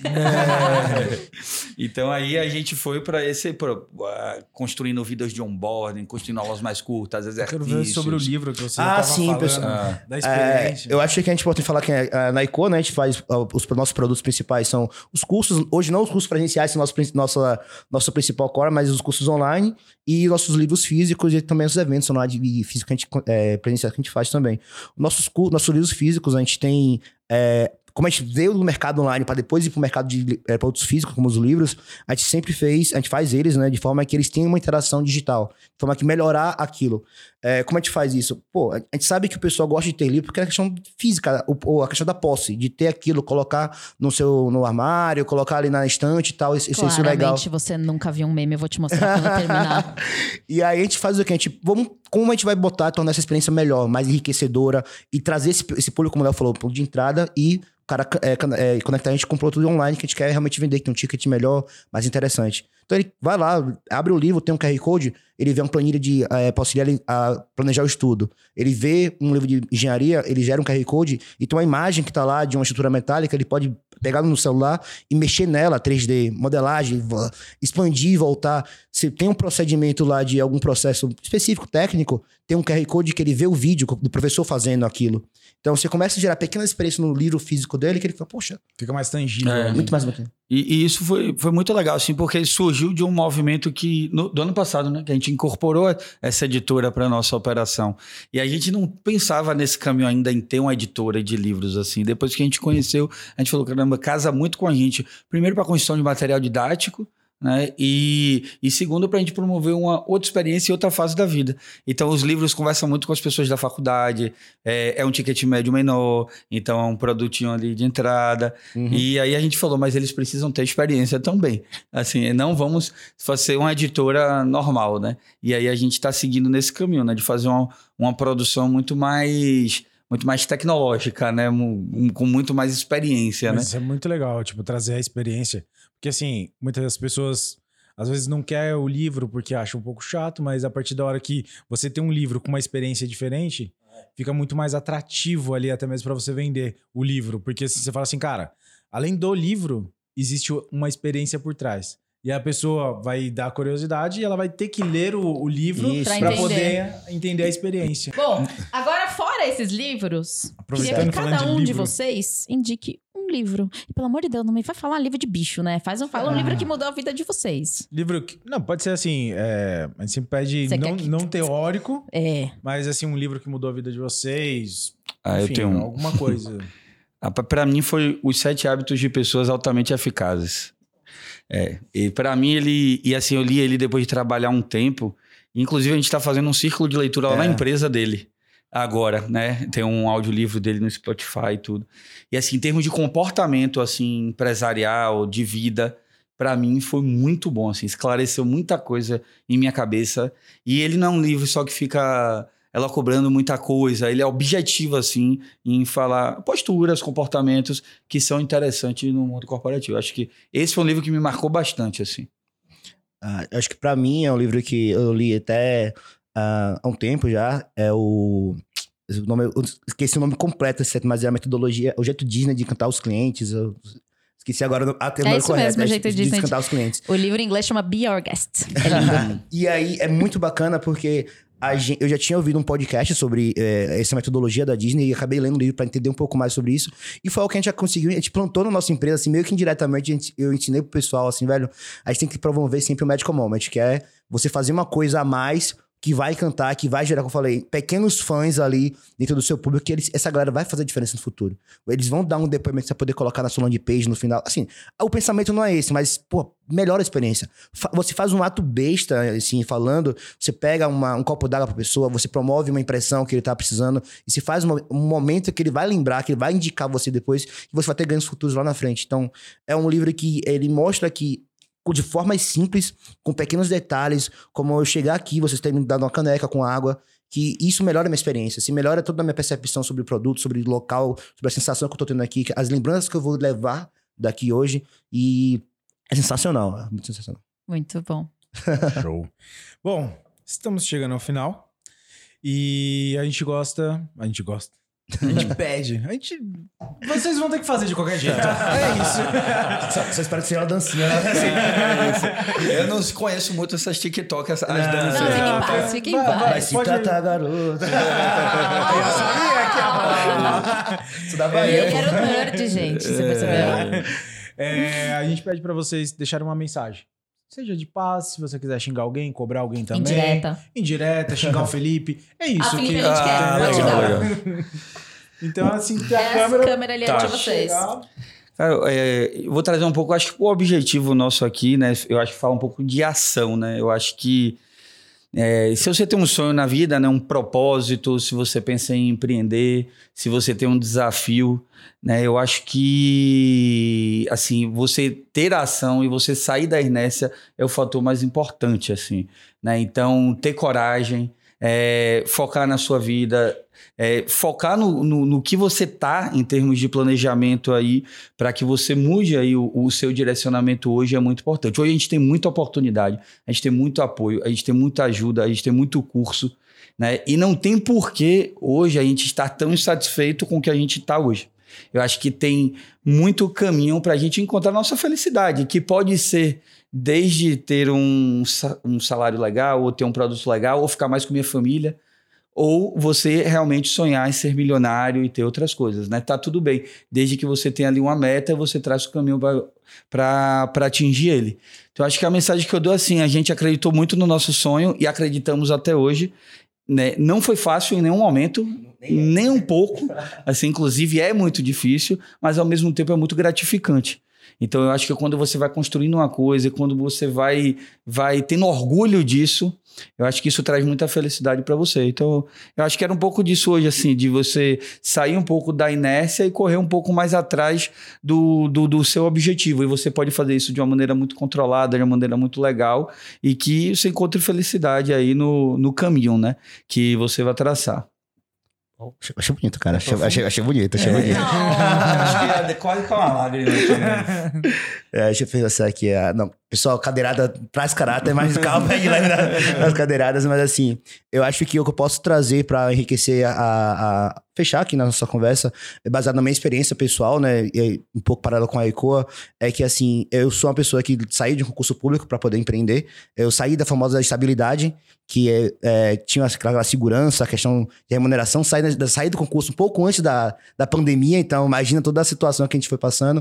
Então aí a gente foi para esse, pra, uh, construindo vídeos de onboarding, construindo aulas mais curtas, Eu exercícios. quero ver sobre o livro que você Ah, tava sim, falando, pessoal. da É, experiência. eu acho que a gente pode falar que é, na ICO, né, a gente faz ó, os nossos produtos principais são os cursos, hoje não os cursos presenciais, são nosso, prin- nossa, nosso principal core, mas os cursos online e nossos livros físicos e também os eventos online e físicos que a gente, é, presenciais que a gente faz também. Nossos, cu- nossos livros físicos, a gente tem... é, como a gente veio do mercado online para depois ir para o mercado de é, produtos físicos, como os livros, a gente sempre fez, a gente faz eles, né, de forma que eles tenham uma interação digital, de forma que melhorar aquilo. É, como a gente faz isso? Pô, a gente sabe que o pessoal gosta de ter livro porque é a questão física, o- ou a questão da posse, de ter aquilo, colocar no seu no armário, colocar ali na estante e tal, isso, isso é legal. Claramente, você nunca viu um meme, eu vou te mostrar quando eu terminar. E aí a gente faz o que? A gente, vamos, como a gente vai botar, tornar essa experiência melhor, mais enriquecedora e trazer esse, esse público, como o Léo falou, ponto de entrada e o cara é, é, conectar a gente com um produto online que a gente quer realmente vender, que tem um ticket melhor, mais interessante. Então ele vai lá, abre o livro, tem um Q R Code, ele vê uma planilha de é, para auxiliar ele a planejar o estudo. Ele vê um livro de engenharia, ele gera um Q R Code e tem uma imagem que tá lá de uma estrutura metálica, ele pode pegar no celular e mexer nela, três D, modelagem, expandir e voltar. Se tem um procedimento lá de algum processo específico, técnico, tem um Q R Code que ele vê o vídeo do professor fazendo aquilo. Então você começa a gerar pequenas experiências no livro físico dele que ele fala, poxa... Fica mais tangível. É. né? Muito mais bacana. E, e isso foi, foi muito legal, assim, porque surgiu de um movimento que, no, do ano passado, né? Que a gente incorporou essa editora para nossa operação. E a gente não pensava nesse caminho ainda em ter uma editora de livros, assim. Depois que a gente conheceu, a gente falou, caramba, casa muito com a gente. Primeiro, para a construção de material didático, né? E, e segundo, para a gente promover uma outra experiência e outra fase da vida. Então, os livros conversam muito com as pessoas da faculdade, é, é um ticket médio menor, então é um produtinho ali de entrada. Uhum. E aí a gente falou, mas eles precisam ter experiência também. Assim, não vamos fazer uma editora normal, né? E aí a gente está seguindo nesse caminho, né? De fazer uma, uma produção muito mais... muito mais tecnológica, né? Com muito mais experiência, Mas né? isso é muito legal, tipo, trazer a experiência. Porque, assim, muitas pessoas, às vezes, não querem o livro porque acham um pouco chato, mas a partir da hora que você tem um livro com uma experiência diferente, fica muito mais atrativo ali, até mesmo para você vender o livro. Porque assim, você fala assim, cara, além do livro, existe uma experiência por trás. E a pessoa vai dar curiosidade e ela vai ter que ler o, o livro para poder entender a experiência. Bom, agora fora esses livros, queria que cada um de, de vocês indique um livro. E pelo amor de Deus, não me vai falar livro de bicho, né? Faz um, fala um ah. livro que mudou a vida de vocês. Livro que... Não, pode ser assim, é, a gente sempre pede não, que... não teórico, é. mas assim, um livro que mudou a vida de vocês. Ah, enfim, eu tenho um... alguma coisa. Para mim foi Os Sete Hábitos de Pessoas Altamente Eficazes. É, e para mim ele... E assim, eu li ele depois de trabalhar um tempo. Inclusive a gente tá fazendo um círculo de leitura lá é. na empresa dele. Agora, né? Tem um audiolivro dele no Spotify e tudo. E assim, em termos de comportamento assim, empresarial, de vida, para mim foi muito bom. Assim, esclareceu muita coisa em minha cabeça. E ele não é um livro só que fica ela cobrando muita coisa. Ele é objetivo, assim, em falar posturas, comportamentos que são interessantes no mundo corporativo. Acho que esse foi um livro que me marcou bastante, assim. Ah, acho que para mim é um livro que eu li até uh, há um tempo já. É o... o nome, eu esqueci o nome completo, mas é a metodologia, o jeito Disney de encantar os clientes. Eu esqueci agora a termo é isso correto. Mesmo, é o jeito de, Disney de encantar os clientes. O livro em inglês chama Be Our Guest. É lindo. E aí é muito bacana porque a gente, eu já tinha ouvido um podcast sobre é, essa metodologia da Disney e acabei lendo o livro para entender um pouco mais sobre isso. E foi algo que a gente já conseguiu, a gente plantou na nossa empresa, assim, meio que indiretamente, a gente, eu ensinei pro pessoal, assim, velho, a gente tem que promover sempre o Magical Moment, que é você fazer uma coisa a mais que vai cantar, que vai gerar, como eu falei, pequenos fãs ali dentro do seu público, que eles, essa galera vai fazer diferença no futuro. Eles vão dar um depoimento que você poder colocar na sua landing page no final. Assim, o pensamento não é esse, mas, pô, melhora a experiência. Você faz um ato besta, assim, falando, você pega uma, um copo d'água pra pessoa, você promove uma impressão que ele tá precisando, e se faz um, um momento que ele vai lembrar, que ele vai indicar você depois, que você vai ter ganhos futuros lá na frente. Então, é um livro que ele mostra que de formas simples, com pequenos detalhes, como eu chegar aqui, vocês terem me dado uma caneca com água, que isso melhora a minha experiência, se melhora toda a minha percepção sobre o produto, sobre o local, sobre a sensação que eu tô tendo aqui, as lembranças que eu vou levar daqui hoje, e é sensacional, é muito sensacional. Muito bom. Show. Bom, estamos chegando ao final, e a gente gosta, a gente gosta, a gente pede. A gente... Vocês vão ter que fazer de qualquer jeito. É isso. Só, só espero que seja uma dancinha. Né? É eu não conheço muito essas TikTok, as, as danças. Não, fica em paz, fica em paz. Vai se tratar, garota. Eu sabia que a... Isso da Bahia. Eu quero nerd, gente. Você percebeu? É, a gente pede pra vocês deixarem uma mensagem. Seja de paz, se você quiser xingar alguém, cobrar alguém também. Indireta. Indireta, xingar o Felipe. É isso. A Felipe que... a gente quer, ah, pode legal, dar. legal. Então, assim, tem a Essa câmera... câmera ali é tá. de vocês. Cara, é, eu vou trazer um pouco, acho que o objetivo nosso aqui, né? Eu acho que fala um pouco de ação, né? Eu acho que é, se você tem um sonho na vida, né? Um propósito, se você pensa em empreender, se você tem um desafio, né? Eu acho que, assim, você ter ação e você sair da inércia é o fator mais importante, assim, né? Então, ter coragem, é, focar na sua vida, é, focar no, no, no que você tá em termos de planejamento aí, para que você mude aí o, o seu direcionamento hoje é muito importante. Hoje a gente tem muita oportunidade, a gente tem muito apoio, a gente tem muita ajuda, a gente tem muito curso, né? E não tem porquê hoje a gente estar tão insatisfeito com o que a gente está hoje. Eu acho que tem muito caminho para a gente encontrar a nossa felicidade, que pode ser desde ter um, um salário legal, ou ter um produto legal, ou ficar mais com minha família, ou você realmente sonhar em ser milionário e ter outras coisas, né? Tá tudo bem. Desde que você tenha ali uma meta, você traz o caminho para atingir ele. Então, acho que a mensagem que eu dou é assim, a gente acreditou muito no nosso sonho e acreditamos até hoje, né? Não foi fácil em nenhum momento, nem um pouco. Assim, inclusive, é muito difícil, mas ao mesmo tempo é muito gratificante. Então, eu acho que quando você vai construindo uma coisa, quando você vai, vai tendo orgulho disso, eu acho que isso traz muita felicidade para você. Então, eu acho que era um pouco disso hoje, assim, de você sair um pouco da inércia e correr um pouco mais atrás do, do, do seu objetivo. E você pode fazer isso de uma maneira muito controlada, de uma maneira muito legal, e que você encontre felicidade aí no, no caminho, né, que você vai traçar. Achei, achei bonito, cara. Achei, achei, achei bonito, achei é. bonito. Acho que é quase com uma lágrima. É, deixa eu pensar aqui. É, não, pessoal, cadeirada traz caráter, mas calma aí lá nas cadeiradas. Mas assim, eu acho que o que eu posso trazer para enriquecer, a, a, a fechar aqui na nossa conversa, é baseado na minha experiência pessoal, né? E um pouco paralelo com a ECOA, é que assim, eu sou uma pessoa que saí de um concurso público para poder empreender. Eu saí da famosa estabilidade, que é, é, tinha aquela segurança, a questão de remuneração, saí, da, saí do concurso um pouco antes da, da pandemia, então imagina toda a situação que a gente foi passando,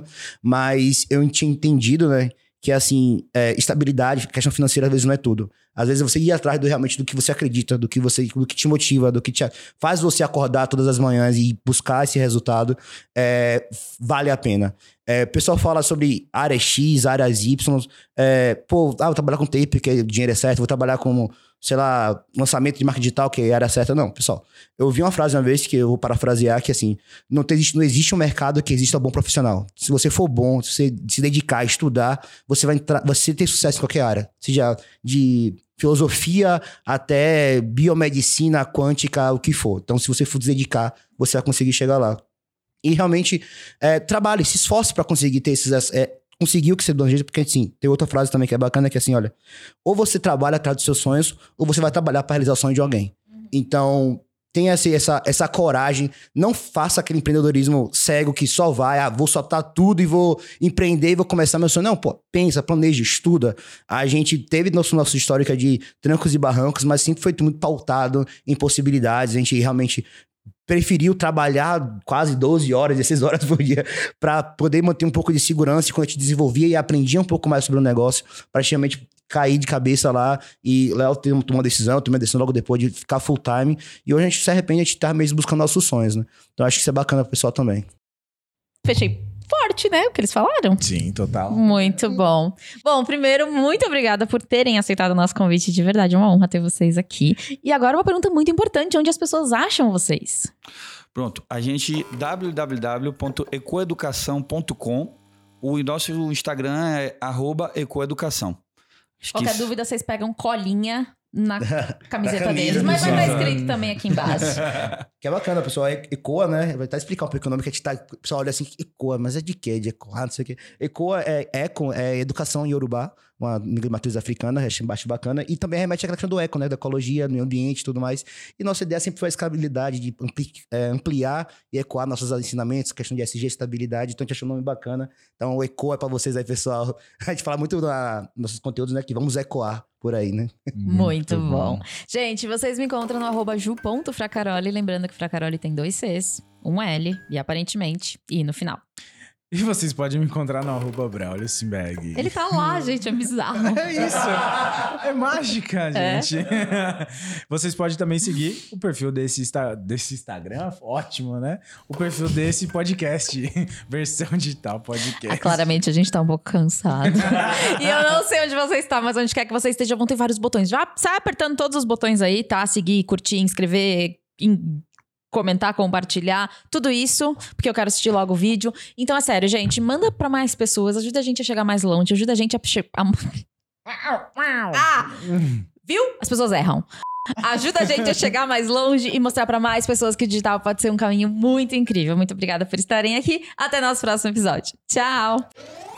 mas eu tinha entendido, né, que assim, é, estabilidade, questão financeira às vezes não é tudo. Às vezes você ir atrás do, realmente do que você acredita, do que, você, do que te motiva, do que te, faz você acordar todas as manhãs e buscar esse resultado, é, vale a pena. É, o pessoal fala sobre áreas X, áreas Y, é, pô, ah, vou trabalhar com tape, que o dinheiro é certo, vou trabalhar como, sei lá, lançamento de marca digital, que é a área certa. Não, pessoal, eu ouvi uma frase uma vez, que eu vou parafrasear, que assim, não existe, não existe um mercado que exista um bom profissional. Se você for bom, se você se dedicar, estudar, você vai entrar, você tem sucesso em qualquer área, seja de filosofia até biomedicina, quântica, o que for. Então, se você for se dedicar, você vai conseguir chegar lá. E realmente, é, trabalhe, se esforce para conseguir ter esses... É, conseguir o que você deseja, porque assim, tem outra frase também que é bacana, que é assim, olha, ou você trabalha atrás dos seus sonhos, ou você vai trabalhar para realizar o sonho de alguém. Uhum. Então, tenha essa, essa, essa coragem, não faça aquele empreendedorismo cego que só vai, ah, vou soltar tudo e vou empreender e vou começar meu sonho. Não, pô, pensa, planeja, estuda. A gente teve nosso, nossa histórica de trancos e barrancos, mas sempre foi muito pautado em possibilidades, a gente realmente preferiu trabalhar quase doze horas, dezesseis horas por dia para poder manter um pouco de segurança, e quando a gente desenvolvia e aprendia um pouco mais sobre o negócio, praticamente cair de cabeça lá, e Léo tomou uma decisão, eu tomei uma decisão logo depois de ficar full time, e hoje a gente se arrepende de estar mesmo buscando nossos sonhos, né? Então acho que isso é bacana pro pessoal também. Fechei forte, né? O que eles falaram. Sim, total. Muito bom. Bom, primeiro, muito obrigada por terem aceitado o nosso convite. De verdade, é uma honra ter vocês aqui. E agora uma pergunta muito importante. Onde as pessoas acham vocês? Pronto. A gente, w w w ponto ecoeducação ponto com. O nosso Instagram é arroba ecoeducação. Qualquer isso... dúvida, vocês pegam colinha na camiseta camisa, deles. Mas vai pessoal. estar escrito também aqui embaixo. Que é bacana, pessoal. ECOA, né? Vai até explicar um pouco o nome que a gente tá... O pessoal olha assim, ECOA, mas é de quê? De ECOA, não sei o quê. ECOA é eco, é educação em Yorubá, uma matriz africana, acho bacana. E também remete à questão do eco, né? Da ecologia, do meio ambiente e tudo mais. E nossa ideia sempre foi a escalabilidade, de ampli, é, ampliar e ecoar nossos ensinamentos, questão de S G, estabilidade. Então a gente achou um nome bacana. Então o ECOA é pra vocês aí, pessoal. A gente fala muito nos nossos conteúdos, né? Que vamos ecoar por aí, né? Muito, Muito bom. bom. Gente, vocês me encontram no arroba ju ponto fracaroli. Lembrando que Fracaroli tem dois Cs, um L e aparentemente I no final. E vocês podem me encontrar no arroba Braulio Simberg. Ele tá lá, gente, é bizarro. É isso. É mágica, gente. É. Vocês podem também seguir o perfil desse, insta- desse Instagram, ótimo, né? O perfil desse podcast, versão digital podcast. Ah, claramente a gente tá um pouco cansado. E eu não sei onde você está, mas onde quer que você esteja, vão ter vários botões. Já sai apertando todos os botões aí, tá? Seguir, curtir, inscrever, in... comentar, compartilhar, tudo isso, porque eu quero assistir logo o vídeo. Então, é sério, gente, manda pra mais pessoas, ajuda a gente a chegar mais longe, ajuda a gente a... a... Ah! Viu? As pessoas erram. Ajuda a gente a chegar mais longe e mostrar para mais pessoas que o digital pode ser um caminho muito incrível. Muito obrigada por estarem aqui. Até nosso próximo episódio. Tchau!